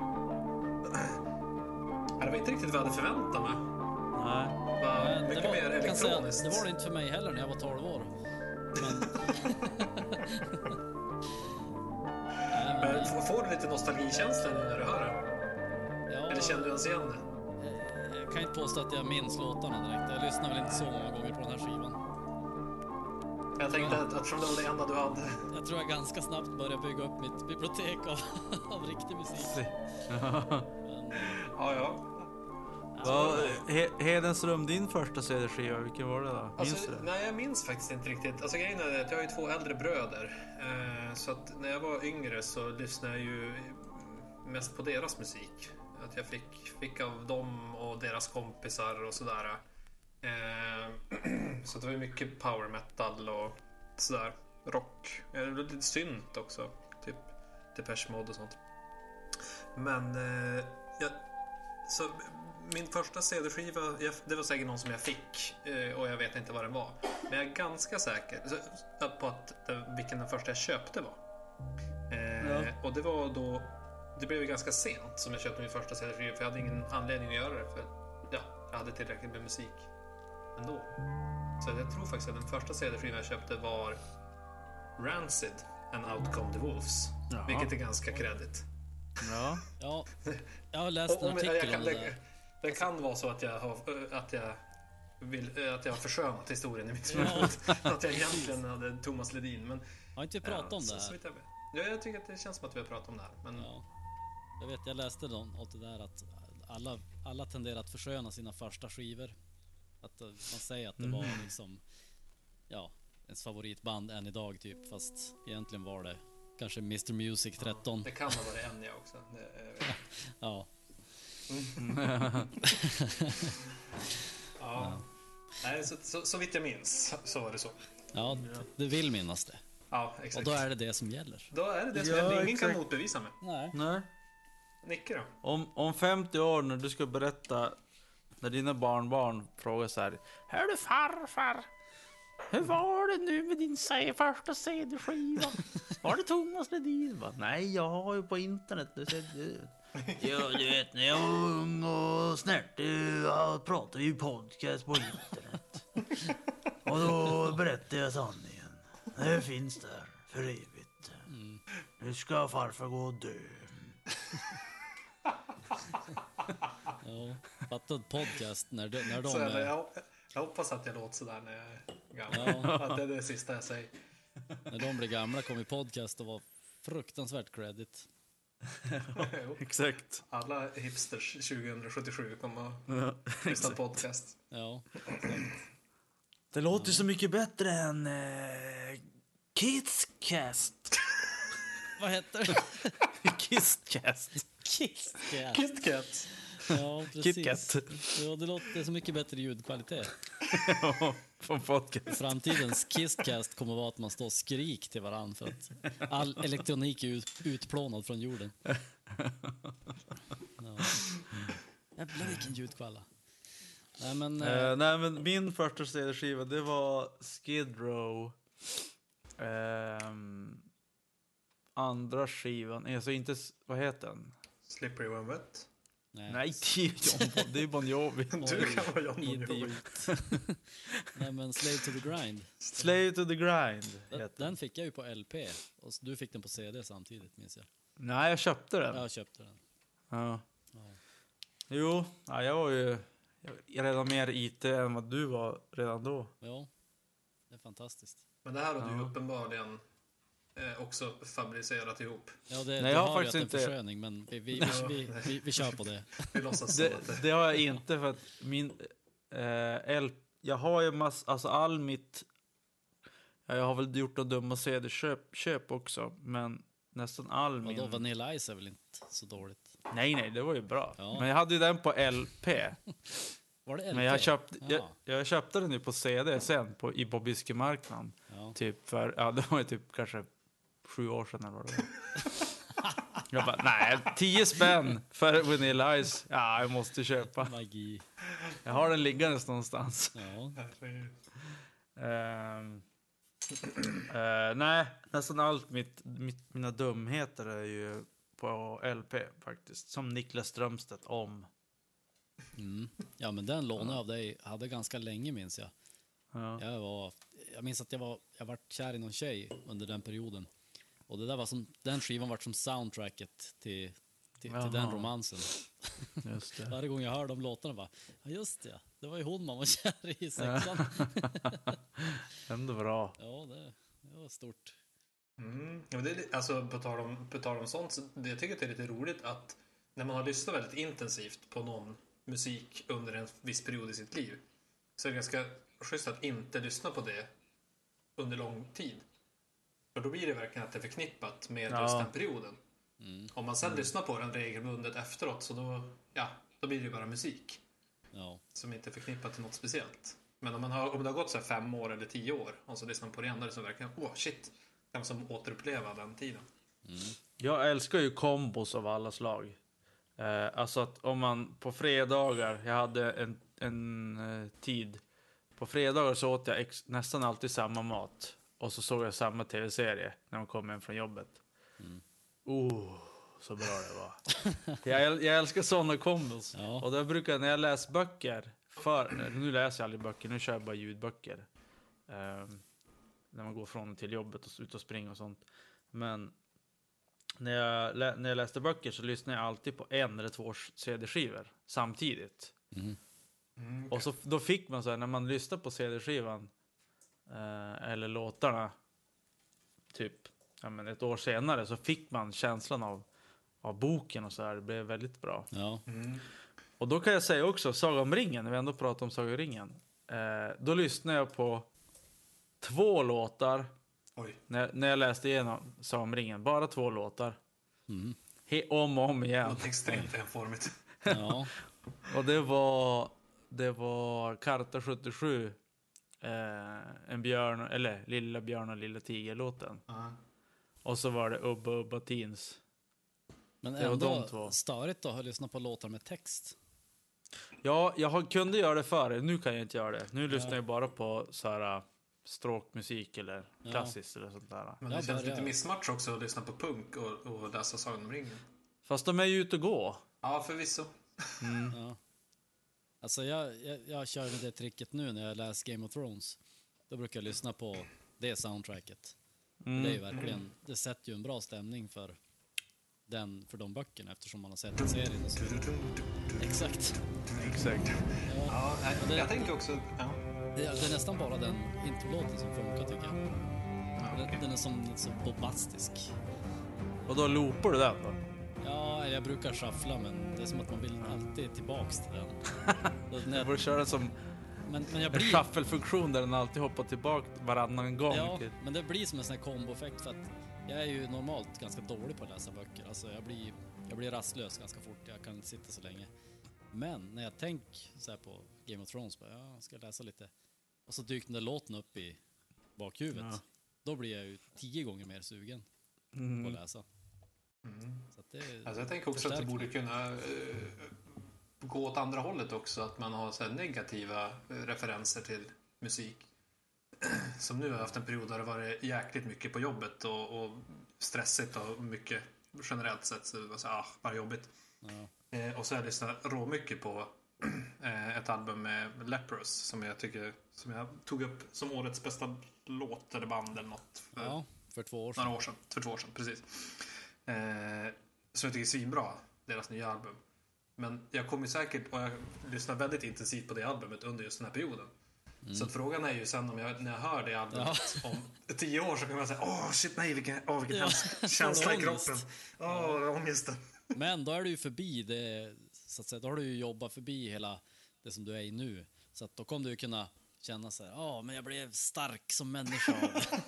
[SPEAKER 2] Ja, det var inte riktigt vad jag hade förväntat mig.
[SPEAKER 1] Nej.
[SPEAKER 2] Det var
[SPEAKER 3] Men
[SPEAKER 2] mycket
[SPEAKER 3] det var,
[SPEAKER 2] mer
[SPEAKER 3] jag kan säga,
[SPEAKER 2] elektroniskt.
[SPEAKER 3] det var det inte för mig heller när jag var tolv år. Men... Nej, men,
[SPEAKER 2] Men f- får du lite nostalgikänsla nu när du hör det?
[SPEAKER 3] ja,
[SPEAKER 2] Eller känner du ens igen det?
[SPEAKER 3] jag kan inte påstå att jag minns låtarna direkt. Jag lyssnar väl inte så många gånger på den här skivan.
[SPEAKER 2] Jag tänkte att eftersom det var det enda du hade.
[SPEAKER 3] Jag tror jag ganska snabbt började bygga upp mitt bibliotek av, av riktig musik. Men, eh,
[SPEAKER 2] Ja, ja.
[SPEAKER 1] Vad, He- Hedenström, din första C D-skiva, vilken var det då? Minns
[SPEAKER 2] Alltså,
[SPEAKER 1] du det?
[SPEAKER 2] nej, jag minns faktiskt inte riktigt. Alltså, grejen är att jag har ju två äldre bröder. Eh, så att när jag var yngre så lyssnade jag ju mest på deras musik. Att jag fick, fick av dem och deras kompisar och sådär. Eh, så det var ju mycket power metal och sådär. Rock. Eh, det var lite synt också. Typ Depeche Mode och sånt. Men eh, jag, så min första C D-skiva, jag- det var säkert någon som jag fick eh, och jag vet inte vad den var. Men jag är ganska säker så- på att det, vilken den första jag köpte var. Eh,
[SPEAKER 1] Ja.
[SPEAKER 2] Och det var då det blev ju ganska sent som jag köpte min första C D-skiva, för jag hade ingen anledning att göra det, för ja, jag hade tillräckligt med musik ändå. Så jag tror faktiskt att den första C D-skivan jag köpte var Rancid and Out Come the Wolves.
[SPEAKER 1] Jaha.
[SPEAKER 2] Vilket är ganska kreddigt.
[SPEAKER 1] Ja.
[SPEAKER 3] Ja, jag har läst en
[SPEAKER 2] Och- och- jag
[SPEAKER 3] artikel
[SPEAKER 2] kan-
[SPEAKER 3] om det
[SPEAKER 2] det,
[SPEAKER 3] där.
[SPEAKER 2] det kan vara så att jag har, att jag vill, att jag har förskönat historien i mitt huvud. Att jag egentligen hade Thomas Ledin. Men,
[SPEAKER 3] Har inte vi pratat om
[SPEAKER 2] så-
[SPEAKER 3] det
[SPEAKER 2] så
[SPEAKER 3] här?
[SPEAKER 2] vitt jag vet. Ja, jag tycker att det känns som att vi har pratat om det här. Men
[SPEAKER 3] Ja. Jag vet, jag läste någon åt det där att alla, alla tenderar att försköna sina första skivor. Att eh, man säger att det var liksom, ja, ens favoritband än idag typ, fast egentligen var det kanske mister Music tretton.
[SPEAKER 2] det kan ha varit en jag också. Det, är-
[SPEAKER 3] Ja,
[SPEAKER 2] ja. Nej, så, så, så vitt jag minns så var det så.
[SPEAKER 3] ja, du vill minnas det.
[SPEAKER 2] Ja,
[SPEAKER 3] Och
[SPEAKER 2] exakt.
[SPEAKER 3] då är det det som gäller.
[SPEAKER 2] Då är det det som
[SPEAKER 1] Ja,
[SPEAKER 2] gäller. Ingen
[SPEAKER 1] exakt.
[SPEAKER 2] kan motbevisa mig.
[SPEAKER 3] Nej.
[SPEAKER 1] Nej.
[SPEAKER 2] Nicke då?
[SPEAKER 1] Om, om femtio år när du ska berätta, när dina barnbarn frågar så här: Hör du farfar, hur var det nu med din se- första C D-skiva? Var det Thomas Ledin? Bara, nej, jag har ju på internet. Du ser, du. Ja, du vet, när jag var ung och snärtig, jag pratade ju podcast på internet. Och då berättade jag sanningen. Det finns där för evigt. Nu ska farfar gå och dö.
[SPEAKER 3] Ja, fattad podcast när, de, när
[SPEAKER 2] Så
[SPEAKER 3] de
[SPEAKER 2] är det,
[SPEAKER 3] är...
[SPEAKER 2] jag, jag hoppas att jag låter sådär när jag är gammal.
[SPEAKER 3] Ja.
[SPEAKER 2] Att det är det sista jag säger.
[SPEAKER 3] När de blir gamla kommer podcast och var fruktansvärt credit.
[SPEAKER 2] Jo.
[SPEAKER 1] Exakt.
[SPEAKER 2] Alla hipsters tjugohundrasjuttiosju kommer att
[SPEAKER 1] Ja,
[SPEAKER 2] lyssna på podcast.
[SPEAKER 3] Ja,
[SPEAKER 1] det låter så mycket bättre än eh, Kidscast.
[SPEAKER 3] vad heter det?
[SPEAKER 1] Kisscast.
[SPEAKER 3] Kisscast.
[SPEAKER 2] KitKat.
[SPEAKER 3] Ja, precis.
[SPEAKER 1] KitKat.
[SPEAKER 3] Ja, det låter så mycket bättre ljudkvalitet.
[SPEAKER 1] Från podcast.
[SPEAKER 3] Framtidens Kisscast kommer att vara att man står och skrik till varandra för att all elektronik är ut, utplånad från jorden. Ja. Jävlar vilken ljudkvalla. Nej men, eh,
[SPEAKER 1] Eh, nej, men min första C D-skiva, det var Skid Row. Ehm, andra skivan, alltså inte, s- vad heter den?
[SPEAKER 2] Slippery When Wet.
[SPEAKER 3] nej.
[SPEAKER 1] Nej, det är John Bon, det är Bon Jovi.
[SPEAKER 2] Du kan vara John Bon Jovi.
[SPEAKER 3] Idiot. Nej men Slave to the Grind.
[SPEAKER 1] Slave to the Grind
[SPEAKER 3] Den,
[SPEAKER 1] heter den.
[SPEAKER 3] den fick jag ju på L P och du fick den på C D samtidigt minns jag.
[SPEAKER 1] Nej, jag köpte den.
[SPEAKER 3] Jag köpte den.
[SPEAKER 1] Ja.
[SPEAKER 3] Ja.
[SPEAKER 1] Jo, ja, jag var ju jag är redan mer I T än vad du var redan då.
[SPEAKER 3] Ja, det är fantastiskt.
[SPEAKER 2] Men det här har du
[SPEAKER 1] Ja.
[SPEAKER 2] uppenbarligen eh, också fabricerat ihop.
[SPEAKER 3] Ja, det,
[SPEAKER 1] Nej,
[SPEAKER 3] det
[SPEAKER 1] jag har
[SPEAKER 3] har ju
[SPEAKER 1] faktiskt
[SPEAKER 3] att
[SPEAKER 1] inte-
[SPEAKER 3] en försköning, men vi, vi,
[SPEAKER 2] Ja.
[SPEAKER 3] vi, vi, vi, vi kör på det.
[SPEAKER 2] Vi låtsas som
[SPEAKER 1] Det,
[SPEAKER 2] att det...
[SPEAKER 1] det har jag inte för att min eh, L, jag har ju mass, alltså all mitt, ja, jag har väl gjort några dumma C D-köp köp också, men nästan all
[SPEAKER 3] Och
[SPEAKER 1] min,
[SPEAKER 3] då Vanilla Ice är väl inte så dåligt?
[SPEAKER 1] nej nej det var ju bra,
[SPEAKER 3] Ja.
[SPEAKER 1] men jag hade ju den på L P,
[SPEAKER 3] Var det L P?
[SPEAKER 1] men jag köpte, jag,
[SPEAKER 3] Ja.
[SPEAKER 1] jag köpte den ju på C D sen på, i Bobbyski-marknaden,
[SPEAKER 3] Ja.
[SPEAKER 1] typ för, ja det var ju typ kanske sju år sedan eller vad det var. Jag bara, nej, tio spänn för Vanilla Ice, ja jag måste köpa.
[SPEAKER 3] Magi.
[SPEAKER 1] Jag har den liggandes någonstans.
[SPEAKER 3] Ja.
[SPEAKER 2] Herregud.
[SPEAKER 1] Ehm, eh, nej, nästan allt mitt, mitt, mina dumheter är ju på L P faktiskt. Som Niklas Strömstedt om.
[SPEAKER 3] Mm. Ja, men den lånade jag av dig hade ganska länge minns jag.
[SPEAKER 1] Ja.
[SPEAKER 3] Jag, var, jag minns att jag var, jag var kär i någon tjej under den perioden. Och det där var som, den skivan var som soundtracket till, till,
[SPEAKER 1] Jaha.
[SPEAKER 3] till den romansen.
[SPEAKER 1] Just det.
[SPEAKER 3] Varje gång jag hör de låtarna bara, ja just det, det var ju hon man var kär i sexan.
[SPEAKER 1] Ändå bra.
[SPEAKER 3] Ja, det, det var stort.
[SPEAKER 2] Mm. Ja, men det är, li- alltså, på tal om, på tal om sånt, så det, jag tycker att det är lite roligt att när man har lyssnat väldigt intensivt på någon musik under en viss period i sitt liv, så är det ganska schysst att inte lyssna på det under lång tid. För då blir det verkligen att det är förknippat med
[SPEAKER 1] Ja.
[SPEAKER 2] just den perioden.
[SPEAKER 3] Mm.
[SPEAKER 2] Om man sen lyssnar på den regelbundet efteråt, så då, ja, då blir det ju bara musik
[SPEAKER 3] Ja.
[SPEAKER 2] som inte är förknippat till något speciellt. Men om, man har, om det har gått så här fem år eller tio år och så lyssnar man på det igen, då är det så verkligen, åh shit, kan man som återuppleva den tiden.
[SPEAKER 3] Mm.
[SPEAKER 1] Jag älskar ju kombos av alla slag. Eh, alltså att om man på fredagar, jag hade en, en eh, tid. På fredagar så åt jag ex, nästan alltid samma mat. Och så såg jag samma tv-serie när man kom hem från jobbet.
[SPEAKER 3] Mm.
[SPEAKER 1] Oh, så bra det var. jag, jag älskar sådana kombos.
[SPEAKER 3] Ja.
[SPEAKER 1] Och då brukar jag, när jag läser böcker, för, nu läser jag aldrig böcker, nu kör jag bara ljudböcker. Um, när man går från till jobbet och ut och springer och sånt. Men när jag, lä, när jag läste böcker så lyssnar jag alltid på en eller två C D-skivor samtidigt.
[SPEAKER 3] Mm.
[SPEAKER 2] Mm,
[SPEAKER 1] Och så, då fick man så här, när man lyssnar på C D-skivan eh, eller låtarna typ ja, men ett år senare, så fick man känslan av, av boken och så här. Det blev väldigt bra.
[SPEAKER 3] Ja.
[SPEAKER 2] Mm.
[SPEAKER 1] Och då kan jag säga också, Saga om ringen, när vi ändå pratar om Saga om ringen. Eh, då lyssnade jag på två låtar
[SPEAKER 2] Oj.
[SPEAKER 1] när, när jag läste igenom Saga om ringen. Bara två låtar.
[SPEAKER 3] Mm.
[SPEAKER 1] He, om och om igen.
[SPEAKER 2] Något extremt enformigt.
[SPEAKER 3] Ja.
[SPEAKER 1] Och det var, det var Karta sjuttiosju. Eh, en björn, eller Lilla björn och lilla tiger-låten.
[SPEAKER 2] Ja.
[SPEAKER 1] Och så var det Ubba Ubba Teens.
[SPEAKER 3] Men
[SPEAKER 1] Det var
[SPEAKER 3] ändå
[SPEAKER 1] de två.
[SPEAKER 3] störigt att lyssna på låtar med text.
[SPEAKER 1] Ja, jag har- kunde göra det förr. Nu kan jag inte göra det. Nu lyssnar jag bara på så här äh, stråkmusik eller
[SPEAKER 3] Ja.
[SPEAKER 1] klassiskt eller sånt där.
[SPEAKER 2] Men det
[SPEAKER 3] Jag
[SPEAKER 2] känns
[SPEAKER 3] börjar-
[SPEAKER 2] lite missmatch också att lyssna på punk och, och läsa Sagan om ringen.
[SPEAKER 1] Fast de är ju ute och gå.
[SPEAKER 2] Ja, förvisso.
[SPEAKER 3] Ja. Alltså jag, jag, jag kör med det tricket nu när jag läser Game of Thrones. Då brukar jag lyssna på det soundtracket.
[SPEAKER 1] Mm.
[SPEAKER 3] Det är ju verkligen, det sätter ju en bra stämning för den, för de böckerna eftersom man har sett serien och så. Exakt.
[SPEAKER 1] Exakt.
[SPEAKER 3] Ja,
[SPEAKER 2] Ja, nej,
[SPEAKER 3] Och det-
[SPEAKER 2] jag tänker också... Ja.
[SPEAKER 3] det, är- det är nästan bara den introlåten som funkar tycker jag.
[SPEAKER 2] Ja,
[SPEAKER 3] Den,
[SPEAKER 2] okej.
[SPEAKER 3] den är som lite så bombastisk.
[SPEAKER 1] Och då loopar du den då?
[SPEAKER 3] Ja, jag brukar shuffla men det är som att man vill alltid tillbaks till den. Så när
[SPEAKER 1] Jag
[SPEAKER 3] jag,
[SPEAKER 1] får köra som
[SPEAKER 3] men, men jag
[SPEAKER 1] en
[SPEAKER 3] blir...
[SPEAKER 1] shuffle-funktion där den alltid hoppar tillbaka varannan gång.
[SPEAKER 3] Ja, men det blir som en sån här komboeffekt för att jag är ju normalt ganska dålig på att läsa böcker. Alltså jag blir, jag blir rastlös ganska fort, jag kan inte sitta så länge. Men när jag tänker så här på Game of Thrones, bara, ja, ska jag läsa lite. Och så dyker den där låten upp i bakhuvudet.
[SPEAKER 1] Ja.
[SPEAKER 3] Då blir jag ju tio gånger mer sugen på
[SPEAKER 1] Mm.
[SPEAKER 3] att läsa.
[SPEAKER 2] Mm.
[SPEAKER 3] Så att det
[SPEAKER 2] Alltså jag tänker också att det
[SPEAKER 3] förstärker
[SPEAKER 2] borde
[SPEAKER 3] mig.
[SPEAKER 2] kunna eh, gå åt andra hållet också. Att man har så här negativa eh, referenser till musik. Som nu har jag haft en period där det varit jäkligt mycket på jobbet och, och stressigt och mycket generellt sett. Så det var så ah, bara jobbigt.
[SPEAKER 3] Ja.
[SPEAKER 2] Eh, och så har jag lyssnat råmycket på eh, ett album med Leprous som jag tycker som jag tog upp som årets bästa låt eller band eller något för
[SPEAKER 3] Ja, för två år sedan.
[SPEAKER 2] några år sedan. För två år sedan, precis. Eh, så jag tycker det är svinbra, deras nya album. Men jag kommer säkert, och jag lyssnar väldigt intensivt på det albumet under just den här perioden. Så att frågan är ju sen om jag, när jag hör det albumet om tio år så kommer jag säga åh shit nej vilken, åh, vilken
[SPEAKER 3] Ja,
[SPEAKER 2] hemsk känsla i
[SPEAKER 3] får du ångest?
[SPEAKER 2] kroppen. Åh, ångesten.
[SPEAKER 3] Men då är du ju förbi det, så att säga, då har du ju jobbat förbi hela det som du är i nu. Så att då kommer du ju kunna känna så här, ja men jag blev stark som människa av det.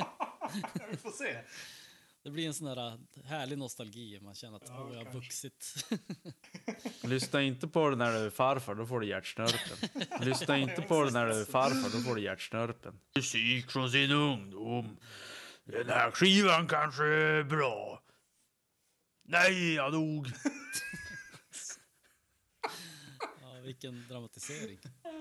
[SPEAKER 2] Vi får se.
[SPEAKER 3] Det blir en sån där härlig nostalgi, man känner att åh, jag har vuxit.
[SPEAKER 1] Lyssna inte på det när du är farfar, då får du hjärtsnörpen. Lyssna inte på det när du är farfar, då får du hjärtsnörpen. Musik från sin ungdom. Den här skivan kanske är bra. Nej, jag dog.
[SPEAKER 3] Ja, vilken dramatisering.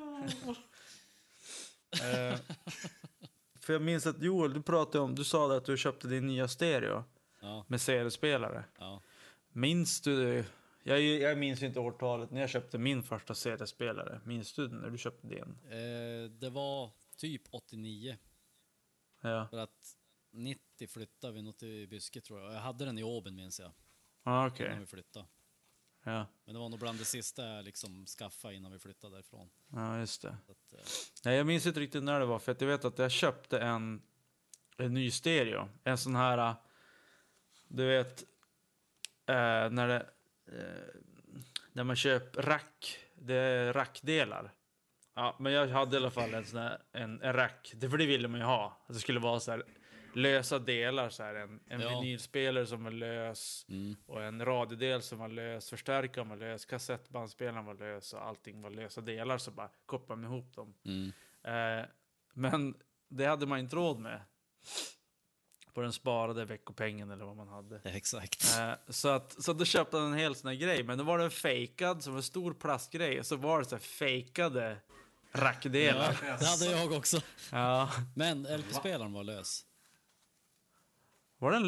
[SPEAKER 1] Eh, för jag minns att Joel, du pratade om, du sa det att du köpte din nya stereo
[SPEAKER 3] Ja,
[SPEAKER 1] med C D-spelare.
[SPEAKER 3] ja.
[SPEAKER 1] Minns du det? Jag, jag minns inte årtalet när jag köpte min första C D-spelare. Minns du när du köpte din?
[SPEAKER 3] Eh, det var typ åttionio.
[SPEAKER 1] Ja,
[SPEAKER 3] För att nittio flyttade vi nog till Byske tror jag. Jag hade den i Åben minns jag.
[SPEAKER 1] ah, okej.
[SPEAKER 3] Innan vi flyttade.
[SPEAKER 1] Ja.
[SPEAKER 3] Men det var nog bland det sista jag liksom skaffade innan vi flyttade därifrån.
[SPEAKER 1] ja, just det.
[SPEAKER 3] Så att, eh,
[SPEAKER 1] Nej, jag minns inte riktigt när det var, för att jag vet att jag köpte en, en ny stereo. En sån här, du vet, eh, när det, eh, när man köper rack, det är rackdelar. Ja, men jag hade i alla fall en sån här, en, en rack, det för det ville man ju ha. Att det skulle vara så här lösa delar, så här en, en
[SPEAKER 3] Ja.
[SPEAKER 1] vinylspelare som var lös
[SPEAKER 3] mm,
[SPEAKER 1] och en radiodel som var lös, förstärkaren var lös, kassettbandspelaren var lös och allting var lösa delar, så bara kopplade man ihop dem.
[SPEAKER 3] mm.
[SPEAKER 1] Eh, men det hade man inte råd med på den sparade veckopengen eller vad man hade.
[SPEAKER 3] Ja, exakt.
[SPEAKER 1] Eh, så, att, så då köpte han en hel sån här grej, men då var den fejkad som en stor plastgrej, och så var det så här fejkade rackdelar.
[SPEAKER 3] Ja, det hade jag också.
[SPEAKER 1] Ja.
[SPEAKER 3] Men L P-spelaren var lös.
[SPEAKER 1] Var den lös?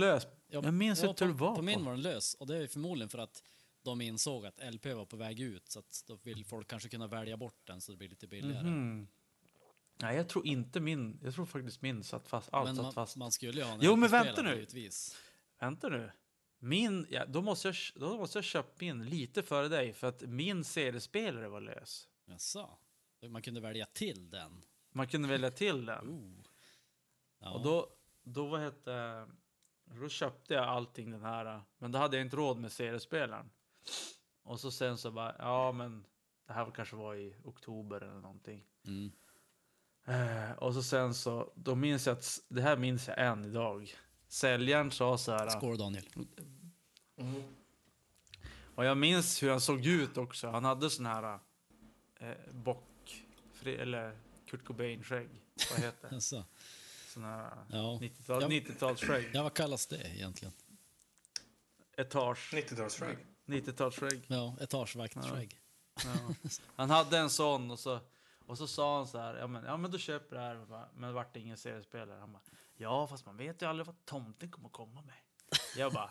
[SPEAKER 3] Ja,
[SPEAKER 1] Jag minns
[SPEAKER 3] ja,
[SPEAKER 1] inte hur
[SPEAKER 3] på,
[SPEAKER 1] det var
[SPEAKER 3] på min
[SPEAKER 1] på.
[SPEAKER 3] var den lös. Och det är ju förmodligen för att de insåg att L P var på väg ut. Så att då vill folk kanske kunna välja bort den så det blir lite billigare.
[SPEAKER 1] Mhm. Nej, jag tror inte min... Jag tror faktiskt min satt fast. Allt
[SPEAKER 3] Men
[SPEAKER 1] satt
[SPEAKER 3] man,
[SPEAKER 1] fast.
[SPEAKER 3] man skulle ju ha en
[SPEAKER 1] Jo, men
[SPEAKER 3] L P-spelare,
[SPEAKER 1] vänta nu.
[SPEAKER 3] givetvis.
[SPEAKER 1] Vänta nu. Min... Ja, då, måste jag, då måste jag köpa min lite före dig. För att min C D-spelare var lös.
[SPEAKER 3] Jaså? Man kunde välja till den.
[SPEAKER 1] Man kunde välja till den.
[SPEAKER 3] Oh. Ja.
[SPEAKER 1] Och då... Då vad hette... Då köpte jag allting den här. Men då hade jag inte råd med C D-spelaren. Och så sen så bara... Ja, men... Det här kanske var i oktober eller någonting.
[SPEAKER 3] Mm.
[SPEAKER 1] Eh, och så sen så, då minns jag att, det här minns jag än idag. Säljaren sa så här.
[SPEAKER 3] Skål Daniel.
[SPEAKER 2] Mm.
[SPEAKER 1] Och jag minns hur han såg ut också. Han hade sån här eh, bock, fri, eller Kurt Cobain-skägg. Vad heter det?
[SPEAKER 3] Jaså?
[SPEAKER 1] Sån här
[SPEAKER 3] Ja.
[SPEAKER 1] nittiotal,
[SPEAKER 3] Ja.
[SPEAKER 1] nittiotalsskägg.
[SPEAKER 3] Ja, vad kallas det egentligen?
[SPEAKER 1] Etage.
[SPEAKER 2] nittiotalsskägg.
[SPEAKER 1] nittiotalsskägg.
[SPEAKER 3] Ja, etagevaktskägg.
[SPEAKER 1] Ja. Han hade en sån och så, och så sa han så här. Ja men, ja, men du köper det här. Och bara, men det vart ingen seriespelare. Han bara, ja fast man vet ju aldrig vad tomten kommer komma med. Jag bara,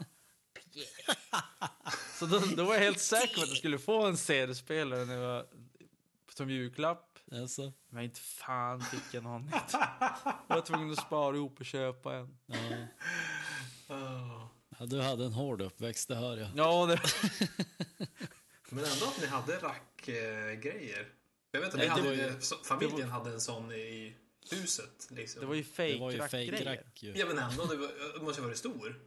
[SPEAKER 1] så då, då var jag helt säker på att jag skulle få en seriespelare när jag var, som julklapp.
[SPEAKER 3] Jaså?
[SPEAKER 1] Men inte fan fick jag någon. Jag var tvungen att spara ihop och köpa en.
[SPEAKER 3] Ja.
[SPEAKER 2] Oh.
[SPEAKER 3] Ja, du hade en hård uppväxt, det hör jag.
[SPEAKER 1] Ja, det...
[SPEAKER 2] Men ändå att ni hade rackgrejer. Jag vet att
[SPEAKER 3] Nej,
[SPEAKER 2] ni
[SPEAKER 3] det
[SPEAKER 2] hade,
[SPEAKER 3] var ju-
[SPEAKER 2] så- familjen
[SPEAKER 1] det var-
[SPEAKER 2] hade en sån i huset. Liksom.
[SPEAKER 1] det var ju
[SPEAKER 3] Det var ju
[SPEAKER 1] fake-rack-grejer.
[SPEAKER 3] fake-rack ju.
[SPEAKER 2] Ja men ändå, det, var, det måste ju varit stor.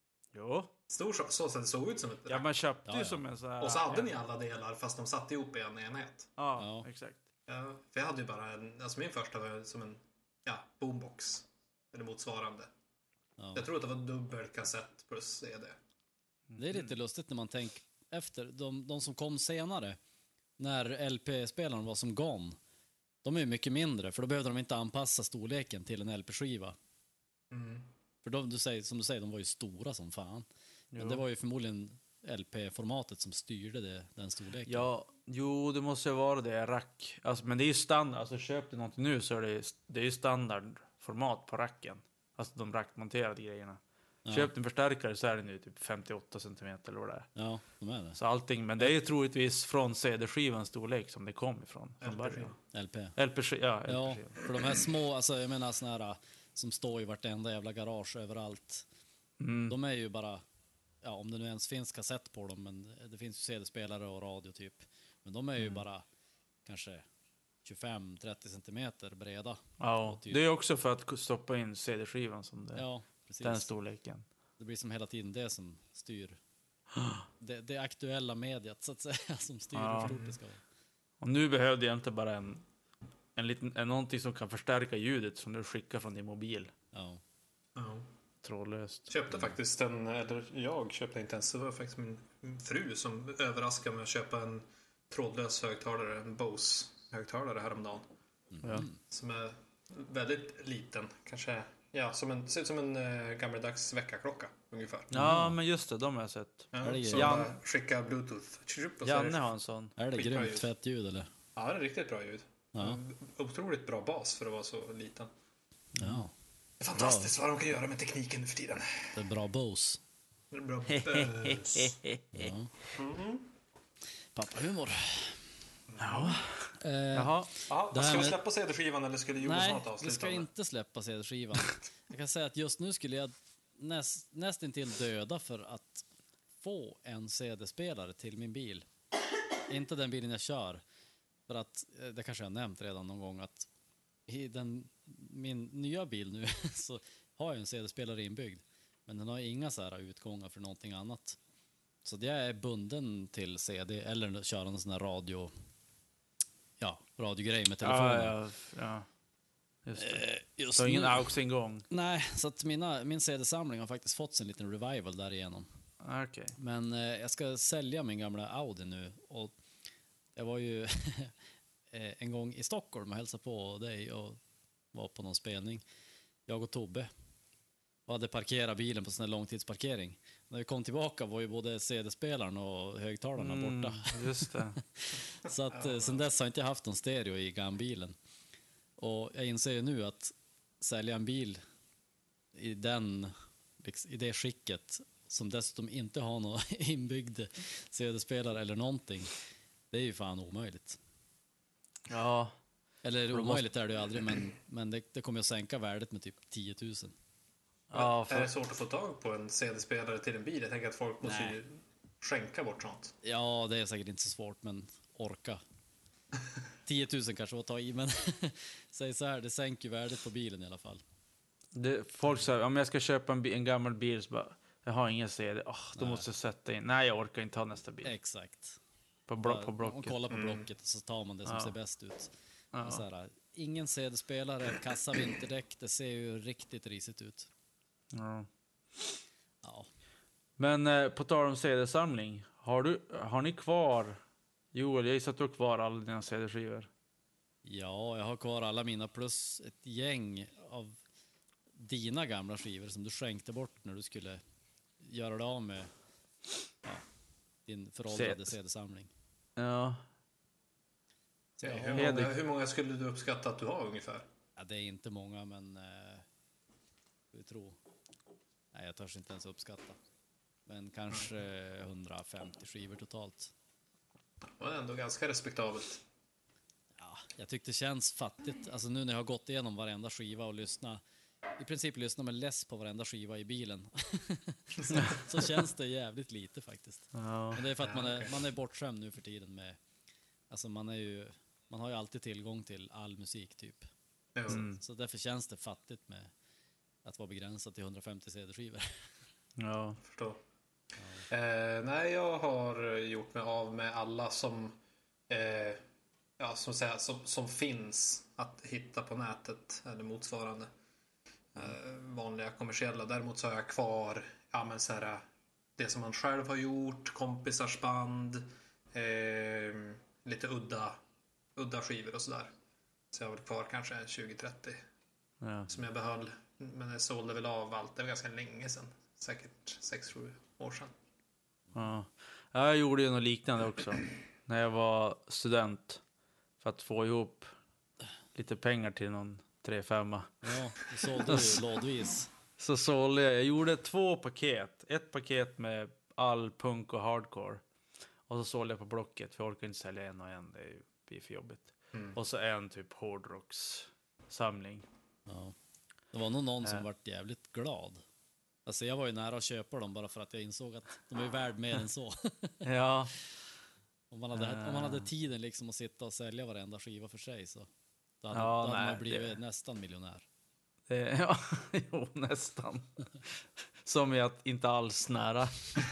[SPEAKER 1] Jo.
[SPEAKER 2] Stor så, så att det såg ut som ett
[SPEAKER 1] Ja,
[SPEAKER 2] rack.
[SPEAKER 1] man köpte
[SPEAKER 3] Ja,
[SPEAKER 1] ju
[SPEAKER 3] ja.
[SPEAKER 1] som en så här...
[SPEAKER 2] Och så hade ni alla delar fast de satt ihop i en enhet.
[SPEAKER 1] Ja,
[SPEAKER 3] Ja.
[SPEAKER 1] exakt.
[SPEAKER 2] Ja, för jag hade ju bara en, alltså min första var som en ja, boombox. Eller motsvarande.
[SPEAKER 3] Ja.
[SPEAKER 2] Jag tror att det var dubbel kassett plus C D.
[SPEAKER 3] Det är lite lustigt när man tänker efter. De, de som kom senare, när L P-spelaren var som Gone, de är ju mycket mindre, för då behövde de inte anpassa storleken till en L P-skiva.
[SPEAKER 2] Mm.
[SPEAKER 3] För de, du säger, som du säger, de var ju stora som fan. Men
[SPEAKER 1] Jo.
[SPEAKER 3] det var ju förmodligen L P-formatet som styrde det, den storleken.
[SPEAKER 1] Ja, jo, det måste ju vara det. Rack. Alltså, men det är ju standard. Alltså, köp du någonting nu så är det, det är ju standardformat på racken. Alltså de rackmonterade grejerna.
[SPEAKER 3] Ja.
[SPEAKER 1] Köp du en förstärkare så är den ju typ femtioåtta centimeter eller vad det är.
[SPEAKER 3] Ja, de är det.
[SPEAKER 1] Så allting, men det är ju troligtvis från C D-skivans storlek som det kom ifrån. Från
[SPEAKER 2] L P-skiva.
[SPEAKER 1] början.
[SPEAKER 3] L P.
[SPEAKER 1] L P, ja,
[SPEAKER 3] Ja,
[SPEAKER 1] L P-skivan.
[SPEAKER 3] för de här små, alltså jag menar såna här som står i vartenda jävla garage överallt.
[SPEAKER 1] Mm.
[SPEAKER 3] De är ju bara, ja om det nu ens finns kassett på dem, men det finns ju C D-spelare och radio typ. Men de är ju
[SPEAKER 1] Mm.
[SPEAKER 3] bara kanske tjugofem till trettio centimeter breda.
[SPEAKER 1] Ja,
[SPEAKER 3] och typ-
[SPEAKER 1] det är också för att stoppa in C D-skivan som det,
[SPEAKER 3] Ja, precis.
[SPEAKER 1] den storleken.
[SPEAKER 3] Det blir som hela tiden det som styr. Det, det aktuella mediet så att säga som styr
[SPEAKER 1] Ja.
[SPEAKER 3] hur stort det ska vara.
[SPEAKER 1] Och nu behövde jag inte bara en, en liten, en, någonting som kan förstärka ljudet som du skickar från din mobil.
[SPEAKER 3] Ja.
[SPEAKER 2] Ja.
[SPEAKER 1] Trådlöst.
[SPEAKER 2] Köpte faktiskt en, eller jag köpte inte ens, det var faktiskt min fru som överraskade mig att köpa en trådlös högtalare, en Bose högtalare häromdagen.
[SPEAKER 1] Ja.
[SPEAKER 2] Som är väldigt liten, kanske, ja, som en, ser ut som en äh, gammaldags väckarklocka ungefär.
[SPEAKER 1] Ja, men just det, de har jag sett.
[SPEAKER 2] Ja,
[SPEAKER 3] Är det
[SPEAKER 2] så
[SPEAKER 1] Jan-
[SPEAKER 2] bara skicka bluetooth. Och så är
[SPEAKER 1] Janne
[SPEAKER 2] det,
[SPEAKER 1] har en sån.
[SPEAKER 3] Är det
[SPEAKER 2] Skitbra
[SPEAKER 3] grymt
[SPEAKER 2] ljud.
[SPEAKER 3] fett ljud eller?
[SPEAKER 2] ja, det är riktigt bra ljud.
[SPEAKER 3] Ja.
[SPEAKER 2] Otroligt bra bas för att vara så liten.
[SPEAKER 3] Ja,
[SPEAKER 2] Det är fantastiskt vad de kan göra med tekniken nu för tiden.
[SPEAKER 3] det är bra Bose.
[SPEAKER 2] Det är bra bas.
[SPEAKER 3] Ja. Pappa-humor.
[SPEAKER 1] Ja.
[SPEAKER 3] Eh,
[SPEAKER 1] Jaha.
[SPEAKER 2] Ja,
[SPEAKER 3] Det här
[SPEAKER 2] ska vi
[SPEAKER 3] med-
[SPEAKER 2] släppa C D-skivan eller skulle Jonas
[SPEAKER 3] nej,
[SPEAKER 2] ha ett
[SPEAKER 3] vi
[SPEAKER 2] avslut?
[SPEAKER 3] ska inte släppa C D-skivan. Jag kan säga att just nu skulle jag näst, nästintill döda för att få en C D-spelare till min bil. Inte den bilen jag kör. För att, eh, det kanske jag har nämnt redan någon gång, att i den, min nya bil nu så har jag en C D-spelare inbyggd. Men den har inga så här utgångar för någonting annat. Så jag är bunden till C D eller köra en sån här radio, ja, radiogrej med telefonen.
[SPEAKER 1] Ja, ja, ja. Just det.
[SPEAKER 3] Eh, Just
[SPEAKER 1] Du har ingen
[SPEAKER 3] nu-
[SPEAKER 1] aux-ingång?
[SPEAKER 3] Nej, så att mina, min C D-samling har faktiskt fått en liten revival därigenom.
[SPEAKER 1] Okej.
[SPEAKER 3] Men eh, jag ska sälja min gamla Audi nu. Och jag var ju eh, en gång i Stockholm och hälsade på dig och var på någon spelning. Jag och Tobbe. Och hade parkerat bilen på sån här långtidsparkering. När vi kom tillbaka var ju både C D-spelaren och högtalarna borta.
[SPEAKER 1] Mm, just det.
[SPEAKER 3] Så att eh, sen dess har inte jag haft någon stereo i gambilen. Och jag inser ju nu att sälja en bil i den liksom, i det skicket, som dessutom inte har någon inbyggd C D-spelare eller någonting, det är ju fan omöjligt.
[SPEAKER 1] Ja.
[SPEAKER 3] Eller omöjligt är det ju aldrig, men, men det, det kommer att sänka värdet med typ tio tusen.
[SPEAKER 1] Ja,
[SPEAKER 2] Är det
[SPEAKER 1] för,
[SPEAKER 2] svårt att få tag på en C D-spelare till en bil? Jag tänker att folk måste
[SPEAKER 3] Nej.
[SPEAKER 2] ju skänka bort sånt.
[SPEAKER 3] Ja, det är säkert inte så svårt, men orka. tio tusen kanske att ta i, men säg så här, det sänker värdet på bilen i alla fall.
[SPEAKER 1] det, folk säger, om jag ska köpa en, bi- en gammal bil så bara, jag har ingen C D. Oh, då
[SPEAKER 3] Nej.
[SPEAKER 1] måste jag sätta in. Nej, jag orkar inte ta nästa bil.
[SPEAKER 3] Exakt.
[SPEAKER 1] På, blo- på
[SPEAKER 3] Man
[SPEAKER 1] blocket.
[SPEAKER 3] kollar på
[SPEAKER 2] Mm.
[SPEAKER 3] blocket och så tar man det som
[SPEAKER 1] Ja.
[SPEAKER 3] ser bäst ut.
[SPEAKER 1] Ja.
[SPEAKER 3] Så här, ingen C D-spelare, kassa vinterdäck, det ser ju riktigt risigt ut.
[SPEAKER 1] Ja.
[SPEAKER 3] Ja.
[SPEAKER 1] Men eh, på tal om C D-samling, har, du, har ni kvar, Joel, jag gissar att du har kvar alla dina C D-skivor.
[SPEAKER 3] Ja, jag har kvar alla mina plus ett gäng av dina gamla skivor som du skänkte bort när du skulle göra det av med ja, din föråldrade
[SPEAKER 1] C-
[SPEAKER 3] C D-samling.
[SPEAKER 1] Ja.
[SPEAKER 3] Så jag
[SPEAKER 2] Hur
[SPEAKER 3] har,
[SPEAKER 2] många,
[SPEAKER 1] Hedvig.
[SPEAKER 2] hur många skulle du uppskatta att du har ungefär?
[SPEAKER 3] ja, det är inte många, men eh, vi tror. Nej, jag törs inte ens uppskatta. Men kanske hundrafemtio skivor totalt.
[SPEAKER 2] Det är ändå ganska respektabelt.
[SPEAKER 3] Ja, jag tyckte det känns fattigt. Alltså nu när jag har gått igenom varenda skiva och lyssna, i princip lyssna med less på varenda skiva i bilen. så, så känns det jävligt lite faktiskt.
[SPEAKER 1] Ja.
[SPEAKER 3] Men det är för att
[SPEAKER 2] Ja,
[SPEAKER 3] man är,
[SPEAKER 2] okej.
[SPEAKER 3] man är bortskämd nu för tiden med, alltså man är ju, man har ju alltid tillgång till all musik typ.
[SPEAKER 2] Jo.
[SPEAKER 1] Mm.
[SPEAKER 3] Så därför känns det fattigt med att vara begränsad till hundrafemtio C D-skivor.
[SPEAKER 1] Ja.
[SPEAKER 2] Förstår. Eh, nej, jag har gjort mig av med alla som, eh, ja, som, säger, som, som finns att hitta på nätet eller motsvarande. Eh, vanliga kommersiella. Däremot så har jag kvar ja, men så här, det som man själv har gjort, kompisars band, eh, lite udda, udda skivor och sådär. Så jag har väl kvar kanske tjugo trettio
[SPEAKER 1] Ja.
[SPEAKER 2] som jag behöll. Men jag sålde väl av allt. Det var ganska länge sedan. Säkert sex sju år sedan.
[SPEAKER 1] Ja. Jag gjorde ju något liknande också när jag var student för att få ihop lite pengar till någon tre femma.
[SPEAKER 3] Ja, du sålde ju lådvis.
[SPEAKER 1] Så sålde jag, jag gjorde två paket. Ett paket med all punk och hardcore. Och så sålde jag på Blocket, för jag orkar inte sälja en och en, det är ju- blir för jobbigt.
[SPEAKER 2] Mm.
[SPEAKER 1] Och så en typ hårdrockssamling.
[SPEAKER 3] Ja. Det var nog någon som
[SPEAKER 1] Äh.
[SPEAKER 3] vart jävligt glad. Alltså jag var ju nära att köpa dem bara för att jag insåg att de är ju värd mer än så.
[SPEAKER 1] Ja,
[SPEAKER 3] Om man hade,
[SPEAKER 1] Äh.
[SPEAKER 3] om man hade tiden liksom att sitta och sälja varenda skiva för sig så då hade,
[SPEAKER 1] Ja,
[SPEAKER 3] då hade
[SPEAKER 1] nej,
[SPEAKER 3] man blivit
[SPEAKER 1] det-
[SPEAKER 3] nästan miljonär.
[SPEAKER 1] det, ja jo, nästan. Som är att inte alls nära.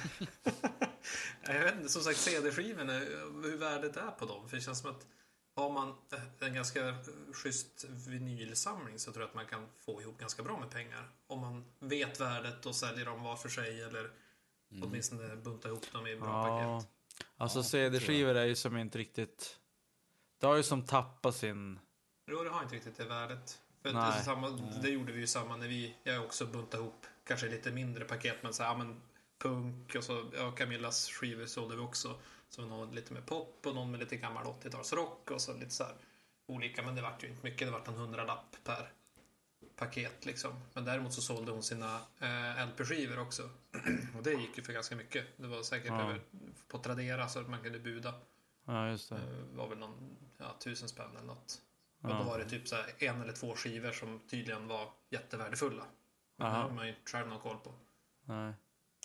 [SPEAKER 2] Jag vet inte, som sagt C D-skivorna, hur värdet är på dem. För det känns som att har man en ganska schysst vinylsamling så tror jag att man kan få ihop ganska bra med pengar. Om man vet värdet och säljer dem var för sig eller åtminstone bunta ihop dem i bra
[SPEAKER 1] Ja,
[SPEAKER 2] paket.
[SPEAKER 1] alltså
[SPEAKER 3] Ja,
[SPEAKER 1] C D-skivor är ju som inte riktigt... Det har ju som tappat sin...
[SPEAKER 2] Jo, det har inte riktigt det värdet. För
[SPEAKER 1] Nej.
[SPEAKER 2] det, är så samma, det gjorde vi ju samma när vi, jag också buntade ihop kanske lite mindre paket, men så här, ja, men punk och så, ja, Camillas skivor sålde vi också. Så någon lite med pop och någon med lite gammal åttiotalsrock och så lite så här olika, men det vart ju inte mycket, det vart en hundralapp per paket liksom. Men däremot så sålde hon sina eh, L P-skivor också. Och det gick ju för ganska mycket. Det var säkert
[SPEAKER 1] Ja.
[SPEAKER 2] över på Tradera så att man kunde buda.
[SPEAKER 1] Ja, just det.
[SPEAKER 2] Det var väl någon, ja, tusen spänn eller något. Och
[SPEAKER 1] Ja.
[SPEAKER 2] då var det typ så här en eller två skivor som tydligen var jättevärdefulla. Men det
[SPEAKER 1] Aha.
[SPEAKER 2] har man ju inte själv någon koll på.
[SPEAKER 1] Nej.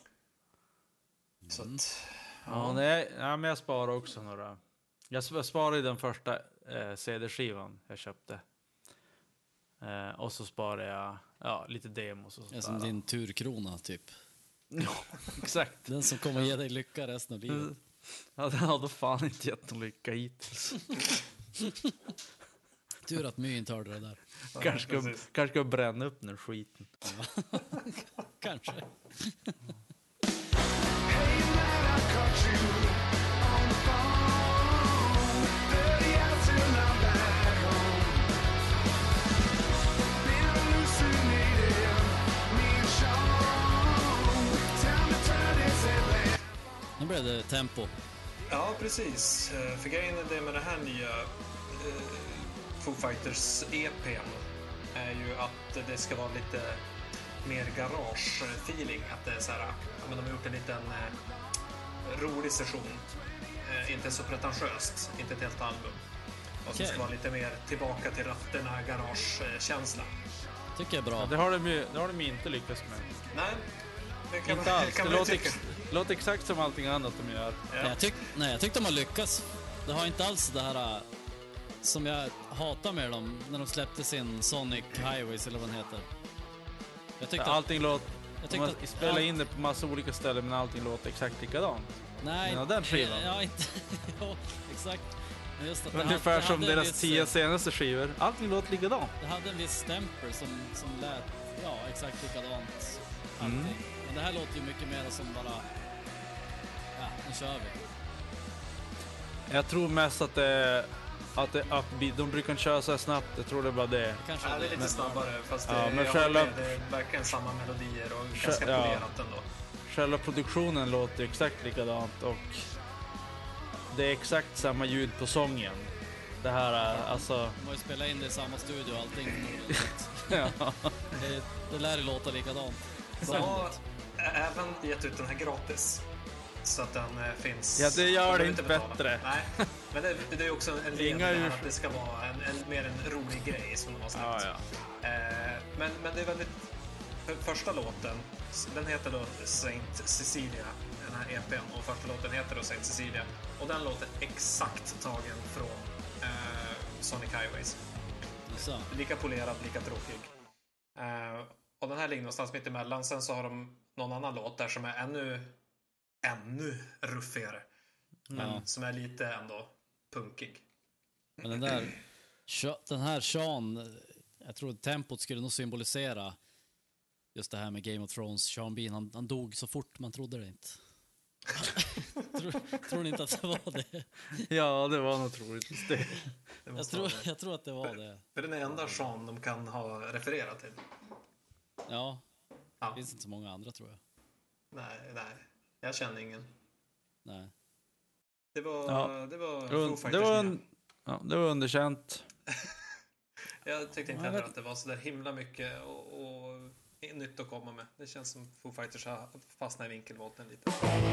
[SPEAKER 2] Så att,
[SPEAKER 1] Ja, nej, ja, men jag sparar också några. Jag sp- sparade den första eh, C D-skivan jag köpte. Eh, och så sparar jag ja, lite demos och
[SPEAKER 3] Det är
[SPEAKER 1] sånt
[SPEAKER 3] som
[SPEAKER 1] där.
[SPEAKER 3] din turkrona typ.
[SPEAKER 1] Ja, exakt.
[SPEAKER 3] Den som kommer ge dig lycka resten av livet.
[SPEAKER 1] Ja, den har då fan inte gett någon lycka hittills.
[SPEAKER 3] Tur att My inte hörde det där.
[SPEAKER 1] Kanske ska,
[SPEAKER 2] precis.
[SPEAKER 1] kanske ska bränna upp den skiten.
[SPEAKER 3] Kanske. Nu blev det tempo.
[SPEAKER 2] ja, precis. Eh, För grejen är det med det här nya eh, Foo Fighters E P:n är ju att det ska vara lite mer garage-feeling. Att det är så här, ja, men de har gjort en liten eh, rolig session. Eh, inte så pretentiöst, inte ett helt album. Och så
[SPEAKER 3] Okej.
[SPEAKER 2] ska vara lite mer tillbaka till rötterna, garage-känsla.
[SPEAKER 3] Tycker jag är bra.
[SPEAKER 1] Ja, det har de ju det har de ju inte lyckats med.
[SPEAKER 2] Nej, det kan
[SPEAKER 1] Inte
[SPEAKER 2] man,
[SPEAKER 1] alls.
[SPEAKER 2] kan
[SPEAKER 1] Det
[SPEAKER 2] man ju
[SPEAKER 1] låter,
[SPEAKER 2] tycka.
[SPEAKER 1] ex, låter exakt som allting annat de gör.
[SPEAKER 2] Ja.
[SPEAKER 3] Nej, jag tyck, nej, jag tyckte de har lyckats. Det har inte alls det här äh, som jag hatar med dem när de släppte sin Sonic Highways eller vad den heter. Jag tyckte att,
[SPEAKER 1] Allting låter...
[SPEAKER 3] jag
[SPEAKER 1] De
[SPEAKER 3] tyckte
[SPEAKER 1] har
[SPEAKER 3] att
[SPEAKER 1] spelat
[SPEAKER 3] all-
[SPEAKER 1] in det på massa olika ställen men allting låter exakt likadant.
[SPEAKER 3] Nej,
[SPEAKER 1] Men av den skivan.
[SPEAKER 3] Ja, inte, ja, exakt. Men just att det
[SPEAKER 1] Ungefär
[SPEAKER 3] hade- det
[SPEAKER 1] som
[SPEAKER 3] hade en
[SPEAKER 1] deras
[SPEAKER 3] viss,
[SPEAKER 1] tio
[SPEAKER 3] eh,
[SPEAKER 1] senaste skivor. Allting låter likadant.
[SPEAKER 3] Det hade en viss stämpel som, som lät ja, exakt likadant. Allting.
[SPEAKER 1] Mm.
[SPEAKER 3] Men det här låter ju mycket mer som bara... Ja, nu kör vi.
[SPEAKER 1] Jag tror mest att det, att det är upbeat. De brukar inte köra så här snabbt. Jag tror det är bara det.
[SPEAKER 3] Det kanske
[SPEAKER 2] Ja,
[SPEAKER 3] är
[SPEAKER 2] det är lite
[SPEAKER 3] Men-
[SPEAKER 2] snabbare, fast det,
[SPEAKER 1] Ja, men
[SPEAKER 2] jag
[SPEAKER 1] själva-
[SPEAKER 2] håller med, det är verkligen samma melodier och
[SPEAKER 1] Sj-
[SPEAKER 2] ganska
[SPEAKER 1] ja.
[SPEAKER 2] polerat ändå.
[SPEAKER 1] Själva produktionen låter exakt likadant och det är exakt samma ljud på sången. Det här är alltså...
[SPEAKER 3] De har ju spelat in det i samma studio och allting.
[SPEAKER 1] Ja.
[SPEAKER 3] det, det lär ju låta likadant.
[SPEAKER 2] De har
[SPEAKER 3] Soundet.
[SPEAKER 2] även gett ut den här gratis. Så att den eh, finns...
[SPEAKER 1] Ja, det gör
[SPEAKER 2] man
[SPEAKER 1] det
[SPEAKER 2] behöver
[SPEAKER 1] inte
[SPEAKER 2] betala.
[SPEAKER 1] bättre.
[SPEAKER 2] Nej, men det, det är också en led i det
[SPEAKER 1] Inga
[SPEAKER 2] här
[SPEAKER 1] ur-
[SPEAKER 2] att det ska vara en, en, mer en rolig grej som de har släppt.
[SPEAKER 1] Ja, ja.
[SPEAKER 2] Eh, men, men det är väldigt... För, första låten, den heter då Saint Cecilia, den här E P:n. Och första låten heter då Saint Cecilia. Och den låter exakt tagen från eh, Sonic Highways.
[SPEAKER 3] Så.
[SPEAKER 2] Lika polerad, lika tråkig. Eh, och den här ligger någonstans mitt emellan. Sen så har de någon annan låt där som är ännu, ännu ruffigare. Men
[SPEAKER 3] Ja.
[SPEAKER 2] som är lite ändå punkig.
[SPEAKER 3] Men den där, Sha- den här Sean, jag tror att tempot skulle nog symbolisera just det här med Game of Thrones. Sean Bean, han, han dog så fort man trodde det inte. tror, tror ni inte att det var det?
[SPEAKER 1] Ja, det var nog troligtvis det.
[SPEAKER 2] Det
[SPEAKER 3] Jag
[SPEAKER 2] måste
[SPEAKER 3] tror,
[SPEAKER 2] vara det.
[SPEAKER 3] jag tror att det var det.
[SPEAKER 2] För den är enda Sean de kan ha refererat till.
[SPEAKER 3] Ja, det
[SPEAKER 2] Ja.
[SPEAKER 3] finns inte så många andra tror jag.
[SPEAKER 2] Nej, nej. Jag känner ingen.
[SPEAKER 3] Nej.
[SPEAKER 2] Det var,
[SPEAKER 1] Ja.
[SPEAKER 2] det var
[SPEAKER 1] Det
[SPEAKER 2] Foo
[SPEAKER 1] var,
[SPEAKER 2] Fighters
[SPEAKER 1] det var,
[SPEAKER 2] nya.
[SPEAKER 1] en, ja, det var underkänt.
[SPEAKER 2] Jag tyckte inte
[SPEAKER 3] Ja, jag
[SPEAKER 2] heller
[SPEAKER 3] vet-
[SPEAKER 2] att det var så där himla mycket och, och nytt att komma med. Det känns som Foo Fighters har fastnat i vinkelvåten lite.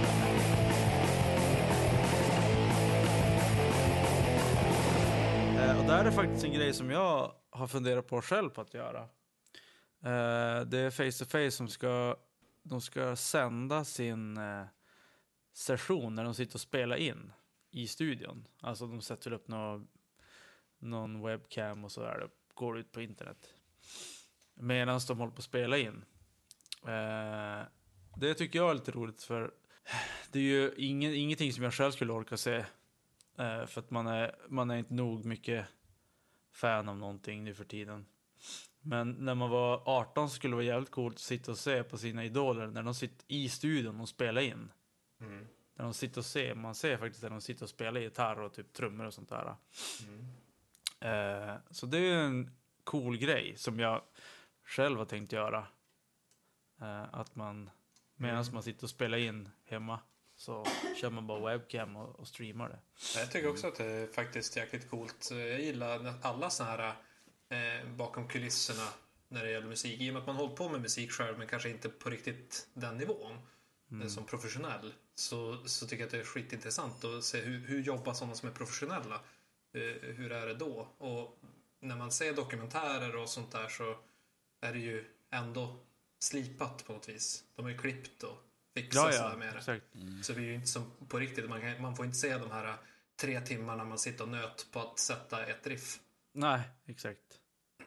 [SPEAKER 1] Eh, och där är det faktiskt en grej som jag har funderat på själv på att göra. Eh, det är Face to Face som ska, de ska sända sin eh, session när de sitter och spelar in i studion. Alltså de sätter upp någon, någon webcam och så där, det går ut på internet. Medan de håller på att spela in. Eh, det tycker jag är lite roligt för det är ju ingen, ingenting som jag själv skulle orka se. Eh, för att man är, man är inte nog mycket fan av någonting nu för tiden. Men när man var arton så skulle det vara jävligt coolt att sitta och se på sina idoler när de sitter i studion och spelar in.
[SPEAKER 2] Mm.
[SPEAKER 1] När de sitter och ser, man ser faktiskt när de sitter och spelar gitarr och typ trummor och sånt där.
[SPEAKER 2] Mm.
[SPEAKER 1] Eh, så det är en cool grej som jag själv har tänkt göra. Eh, att man, medan
[SPEAKER 2] Mm.
[SPEAKER 1] man sitter och spelar in hemma så kör man bara webcam och, och streamar det.
[SPEAKER 2] Jag tycker också att det är faktiskt jäkligt coolt. Jag gillar när alla såna här eh, bakom kulisserna när det gäller musik. I och med att man hållit på med musik själv men kanske inte på riktigt den nivån
[SPEAKER 1] Mm.
[SPEAKER 2] som professionell. Så, så tycker jag att det är skitintressant att se hur, hur jobbar sådana som är professionella. Eh, hur är det då? Och när man ser dokumentärer och sånt där så är det ju ändå slipat på något vis. De är ju klippt och fixat
[SPEAKER 1] Ja,
[SPEAKER 2] sådär
[SPEAKER 1] ja,
[SPEAKER 2] med det.
[SPEAKER 1] exakt.
[SPEAKER 2] Så det är ju inte som på riktigt. Man, kan, man får inte se de här äh, tre timmarna man sitter och nöt på att sätta ett riff.
[SPEAKER 1] Nej, exakt.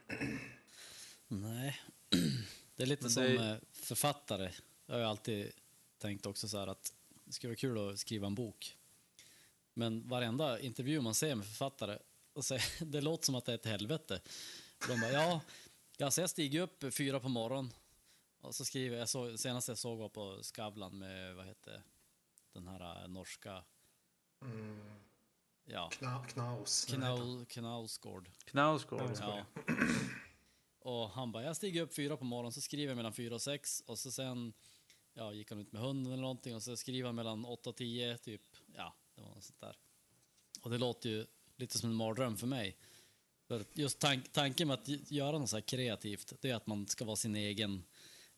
[SPEAKER 3] Nej. Det är lite
[SPEAKER 1] Men
[SPEAKER 3] som
[SPEAKER 1] det-
[SPEAKER 3] eh, författare. Jag har ju alltid tänkt också så här att det skulle vara kul att skriva en bok. Men varenda intervju man ser med författare, och säger, det låter som att det är ett helvete. De bara, ja, alltså jag stiger upp fyra på morgonen och så skriver jag, så, senast jag såg var på Skavlan med, vad heter den här äh, norska,
[SPEAKER 2] Mm.
[SPEAKER 3] ja,
[SPEAKER 2] Kna, knaus.
[SPEAKER 3] Knaul, Knausgård.
[SPEAKER 1] Knausgård.
[SPEAKER 2] Knausgård.
[SPEAKER 3] Ja. Och han bara, jag stiger upp fyra på morgonen, så skriver jag mellan fyra och sex och så sen, ja, gick han ut med hunden eller någonting och så skriver han mellan åtta och tio typ, ja, det var något sånt där. Och det låter ju lite som en mardröm för mig. För just tank, tanken med att göra något så här kreativt, det är att man ska vara sin egen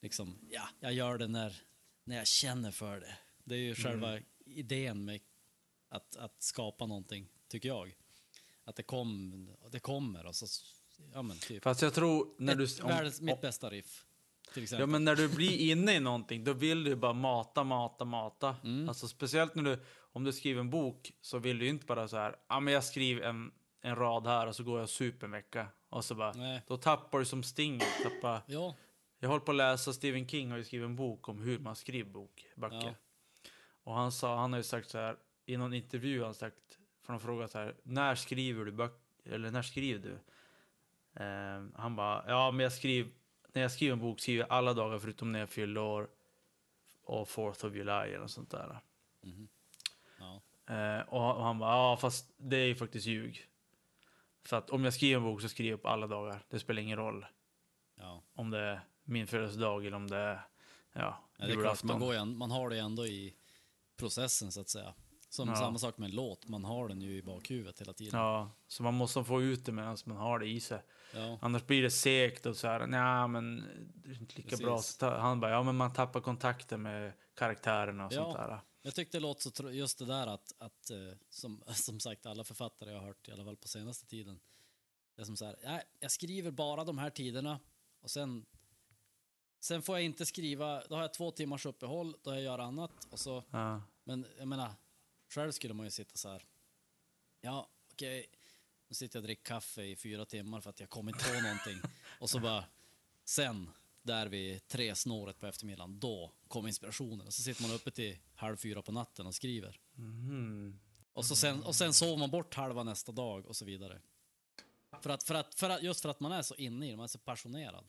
[SPEAKER 3] liksom, ja, jag gör det när, när jag känner för det. Det är ju själva mm. idén med att, att skapa någonting, tycker jag. Att det, kom, det kommer och så, ja men typ.
[SPEAKER 1] Fast jag tror när du...
[SPEAKER 3] Om, världens, mitt bästa riff, till exempel.
[SPEAKER 1] Ja, men när du blir inne i någonting, då vill du bara mata, mata, mata. Mm. Alltså speciellt när du, om du skriver en bok, så vill du ju inte bara så här, ja men jag skriver en, en rad här och så går jag super en vecka. Och så bara, nej. Då tappar du som sting. Tappar.
[SPEAKER 3] Ja.
[SPEAKER 1] Jag håller på att läsa, Stephen King har ju skrivit en bok om hur man skriver bok, böcker. Ja. Och han sa, han har ju sagt så här, i någon intervju har han sagt, för de frågar så här, när skriver du böcker, eller när skriver du? Eh, han bara, ja men jag skriver, när jag skriver en bok skriver jag alla dagar förutom när jag fyller år och fourth of July eller sånt där.
[SPEAKER 3] Mm. Ja.
[SPEAKER 1] Eh, och, och han bara, ja fast det är ju faktiskt ljug. För att om jag skriver en bok så skriver jag på alla dagar. Det spelar ingen roll.
[SPEAKER 3] Ja.
[SPEAKER 1] Om det är min födelsedag eller om det är, ja,
[SPEAKER 3] ja det är klart, man, går ju, man har det ändå i processen så att säga. Som ja. Samma sak med en låt, man har den ju i bakhuvudet hela tiden.
[SPEAKER 1] Ja, så man måste få ut det medan man har det i sig.
[SPEAKER 3] Ja.
[SPEAKER 1] Annars blir det segt och så här, nej men det är inte lika Precis. Bra. Så ta, han bara, ja men man tappar kontakten med karaktärerna och
[SPEAKER 3] ja.
[SPEAKER 1] sånt där.
[SPEAKER 3] Jag tyckte det låter så, just det där att, att som, som sagt alla författare jag har hört i alla fall på senaste tiden. Det är som så här, nej, jag skriver bara de här tiderna och sen sen får jag inte skriva, då har jag två timmars uppehåll, då jag gör annat och så,
[SPEAKER 1] ja.
[SPEAKER 3] Men jag menar, själv skulle man ju sitta så här, ja okej, okay, nu sitter jag och dricker kaffe i fyra timmar för att jag kommer inte på någonting och så bara, sen där vid tre snåret på eftermiddagen, då kommer inspirationen och så sitter man uppe till halv fyra på natten och skriver.
[SPEAKER 1] Mm.
[SPEAKER 3] Och, så sen, och sen sover man bort halva nästa dag och så vidare. För att, för att, för att, just för att man är så inne i det, man är så passionerad.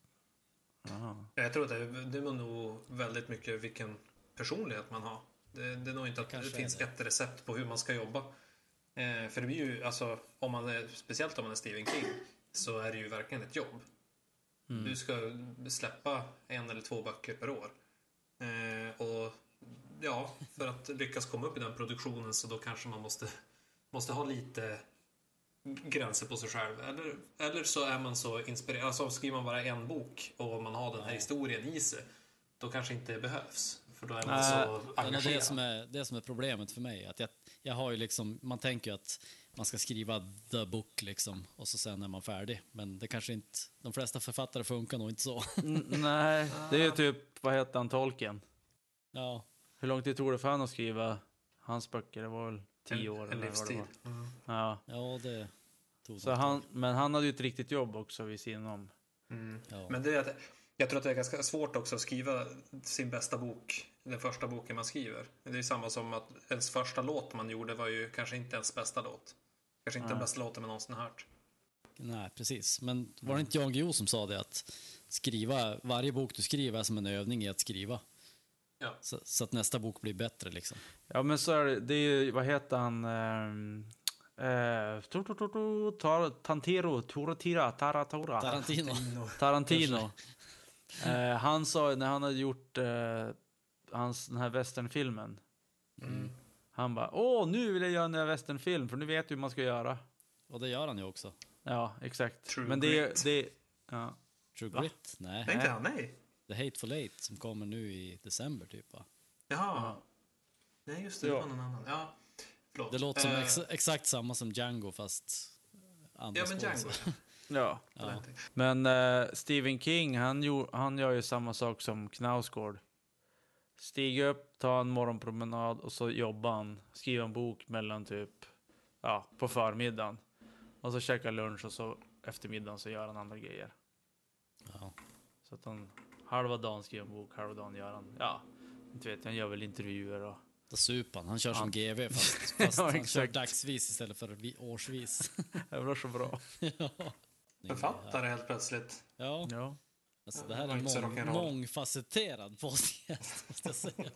[SPEAKER 1] Aha.
[SPEAKER 2] Jag tror att det, det är nog väldigt mycket vilken personlighet man har. Det, det är nog inte att det, det finns det. ett recept på hur man ska jobba. Eh, för det blir ju, alltså, om man är, speciellt om man är Stephen King, så är det ju verkligen ett jobb. Mm. Du ska släppa en eller två böcker per år. Eh, och ja, för att lyckas komma upp i den produktionen så då kanske man måste, måste ha lite gränser på sig själv. Eller, eller så är man så inspirerad. Alltså skriver man bara en bok och man har den här historien i sig, då kanske inte det behövs. För då är man äh, så engagerad.
[SPEAKER 3] Det som är, det som är problemet för mig. Att jag, jag har ju liksom, man tänker ju att man ska skriva the book liksom, och så sen är man färdig. Men det kanske inte, de flesta författare funkar nog inte så.
[SPEAKER 1] N- nej, det är typ, vad heter han, Tolkien?
[SPEAKER 3] Ja.
[SPEAKER 1] Hur lång tid tog det för han att skriva hans böcker? Det var väl tio år?
[SPEAKER 2] En, en livstid.
[SPEAKER 1] Mm. Ja.
[SPEAKER 3] Ja, det tog
[SPEAKER 1] så han, men han hade ju ett riktigt jobb också vid sidan om.
[SPEAKER 2] Mm. Ja. Men det är, jag tror att det är ganska svårt också att skriva sin bästa bok, den första boken man skriver. Det är samma som att ens första låt man gjorde var ju kanske inte ens bästa låt. Kanske inte ja. den bästa låten man någonsin hört.
[SPEAKER 3] Nej, precis. Men var det inte Jan Guillou som sa det, att skriva, varje bok du skriver är som en övning i att skriva.
[SPEAKER 2] Ja.
[SPEAKER 3] Så, så att nästa bok blir bättre liksom.
[SPEAKER 1] Ja, men så är det, det är ju, vad heter han? Eh, eh, Tantiro, Torotira, Taratora.
[SPEAKER 3] Tarantino.
[SPEAKER 1] Tarantino. eh, han sa när han hade gjort eh, hans, den här westernfilmen.
[SPEAKER 2] Mm.
[SPEAKER 1] Han bara, åh, nu vill jag göra en westernfilm, för nu vet du hur man ska göra.
[SPEAKER 3] Och det gör han ju också.
[SPEAKER 1] Ja, exakt.
[SPEAKER 2] True
[SPEAKER 1] men
[SPEAKER 2] Grit.
[SPEAKER 1] det, det ja.
[SPEAKER 3] True Grit? Nej.
[SPEAKER 2] Nej, inte han, nej.
[SPEAKER 3] The Hateful Eight som kommer nu i december typ, va?
[SPEAKER 2] Jaha. Ja. Nej, just det, det var någon annan. Ja. Förlåt.
[SPEAKER 3] Det låter som
[SPEAKER 2] uh,
[SPEAKER 3] ex- exakt samma som Django, fast andra
[SPEAKER 2] ja, men Django.
[SPEAKER 1] ja.
[SPEAKER 3] ja.
[SPEAKER 1] Men uh, Stephen King, han, gör, han gör ju samma sak som Knausgård. Stiga upp, ta en morgonpromenad och så jobbar han, skriver en bok mellan typ, ja, på förmiddagen. Och så käkar lunch och så eftermiddagen så gör han andra grejer.
[SPEAKER 3] Ja.
[SPEAKER 1] Så att han halva dagen skriver en bok, halva dagen gör han, ja, inte vet, han gör väl intervjuer och...
[SPEAKER 3] Då supan, han kör
[SPEAKER 1] ja.
[SPEAKER 3] som G V fast, fast
[SPEAKER 1] ja,
[SPEAKER 3] han kör dagsvis istället för årsvis.
[SPEAKER 1] Det var så bra.
[SPEAKER 3] ja.
[SPEAKER 2] Författare helt plötsligt.
[SPEAKER 3] Ja.
[SPEAKER 1] ja.
[SPEAKER 3] Alltså, det här är en mång, mångfacetterad podcast, måste jag säga.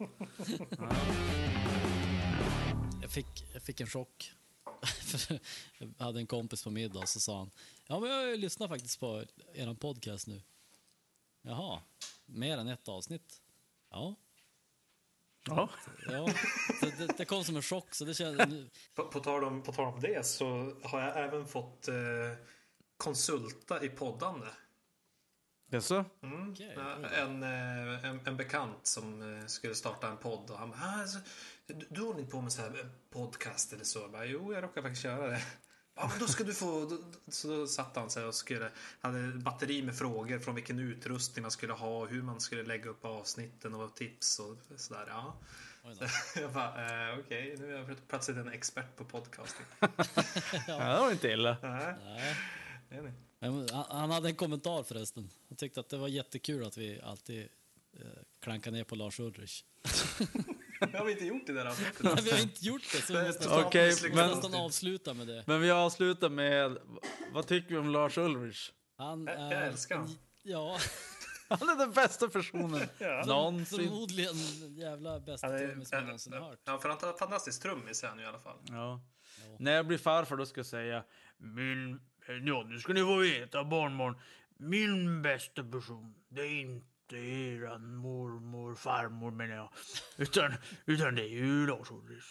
[SPEAKER 3] jag, fick, jag fick en chock. Jag hade en kompis på middag och så sa han, ja men jag lyssnar faktiskt på er podcast nu. Jaha, mer än ett avsnitt. Ja.
[SPEAKER 1] Ja.
[SPEAKER 3] ja det, det, det kom som en chock. Så det känns...
[SPEAKER 2] på, på, tal om, på tal om det så har jag även fått eh, konsulta i poddande.
[SPEAKER 1] Jaså?
[SPEAKER 2] Mm.
[SPEAKER 3] Okej,
[SPEAKER 2] Ja,
[SPEAKER 3] oj då.
[SPEAKER 2] en, eh, en, en bekant som eh, skulle starta en podd och han bara, ah, alltså, du, du håller inte på med så här eh, podcast eller så? Jag bara, jo, jag råkar faktiskt göra det. Ja, men då ska du få... Då, så då satt han sig och skulle... hade batteri med frågor från vilken utrustning man skulle ha, hur man skulle lägga upp avsnitten och tips och sådär. Ja.
[SPEAKER 3] Oj då.
[SPEAKER 2] Jag bara, eh, okej, nu är jag plötsligt en expert på podcasting.
[SPEAKER 1] Ja, det var inte illa.
[SPEAKER 2] Nej,
[SPEAKER 3] Nej.
[SPEAKER 2] det är ni.
[SPEAKER 3] Men han- Han hade en kommentar förresten. Han tyckte att det var jättekul att vi alltid eh, klankar ner på Lars Ulrich.
[SPEAKER 2] Jag har inte gjort det där avsnittet.
[SPEAKER 3] Nej, vi har inte gjort det, så vi måste
[SPEAKER 2] Totalt
[SPEAKER 1] Okej,
[SPEAKER 2] misslyckat
[SPEAKER 1] men-
[SPEAKER 3] nästan
[SPEAKER 2] avsnitt.
[SPEAKER 3] avsluta med det.
[SPEAKER 1] Men vi avslutar med, vad tycker vi om Lars Ulrich?
[SPEAKER 3] Han
[SPEAKER 2] Jag- jag
[SPEAKER 3] är,
[SPEAKER 2] älskar han.
[SPEAKER 3] Ja,
[SPEAKER 1] Han är den bästa personen
[SPEAKER 2] Ja.
[SPEAKER 1] någonsin.
[SPEAKER 3] förmodligen den jävla bästa
[SPEAKER 2] Han är-
[SPEAKER 3] trummis man någonsin har hört.
[SPEAKER 2] Ja, för han är fantastiskt trummis är han ju i alla fall.
[SPEAKER 1] Ja. När jag blir farfar då ska jag säga min, ja nu ska ni få veta barnbarn, min bästa person det är inte eran mormor, farmor menar jag, utan, utan det är ju Lars Ulrich.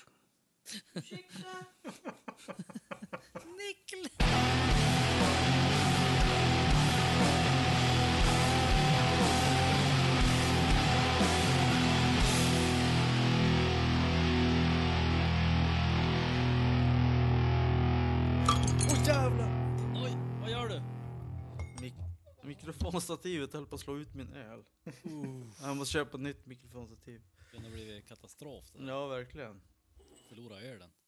[SPEAKER 3] Niklas!
[SPEAKER 1] Åh jävlar!
[SPEAKER 3] Oj, vad gör du?
[SPEAKER 1] Mik- mikrofonstativet höll på att slå ut min öl. Jag måste köpa ett nytt mikrofonstativ.
[SPEAKER 3] Det har blivit katastrof. Det där.
[SPEAKER 1] Ja, verkligen.
[SPEAKER 3] Förlora ölen.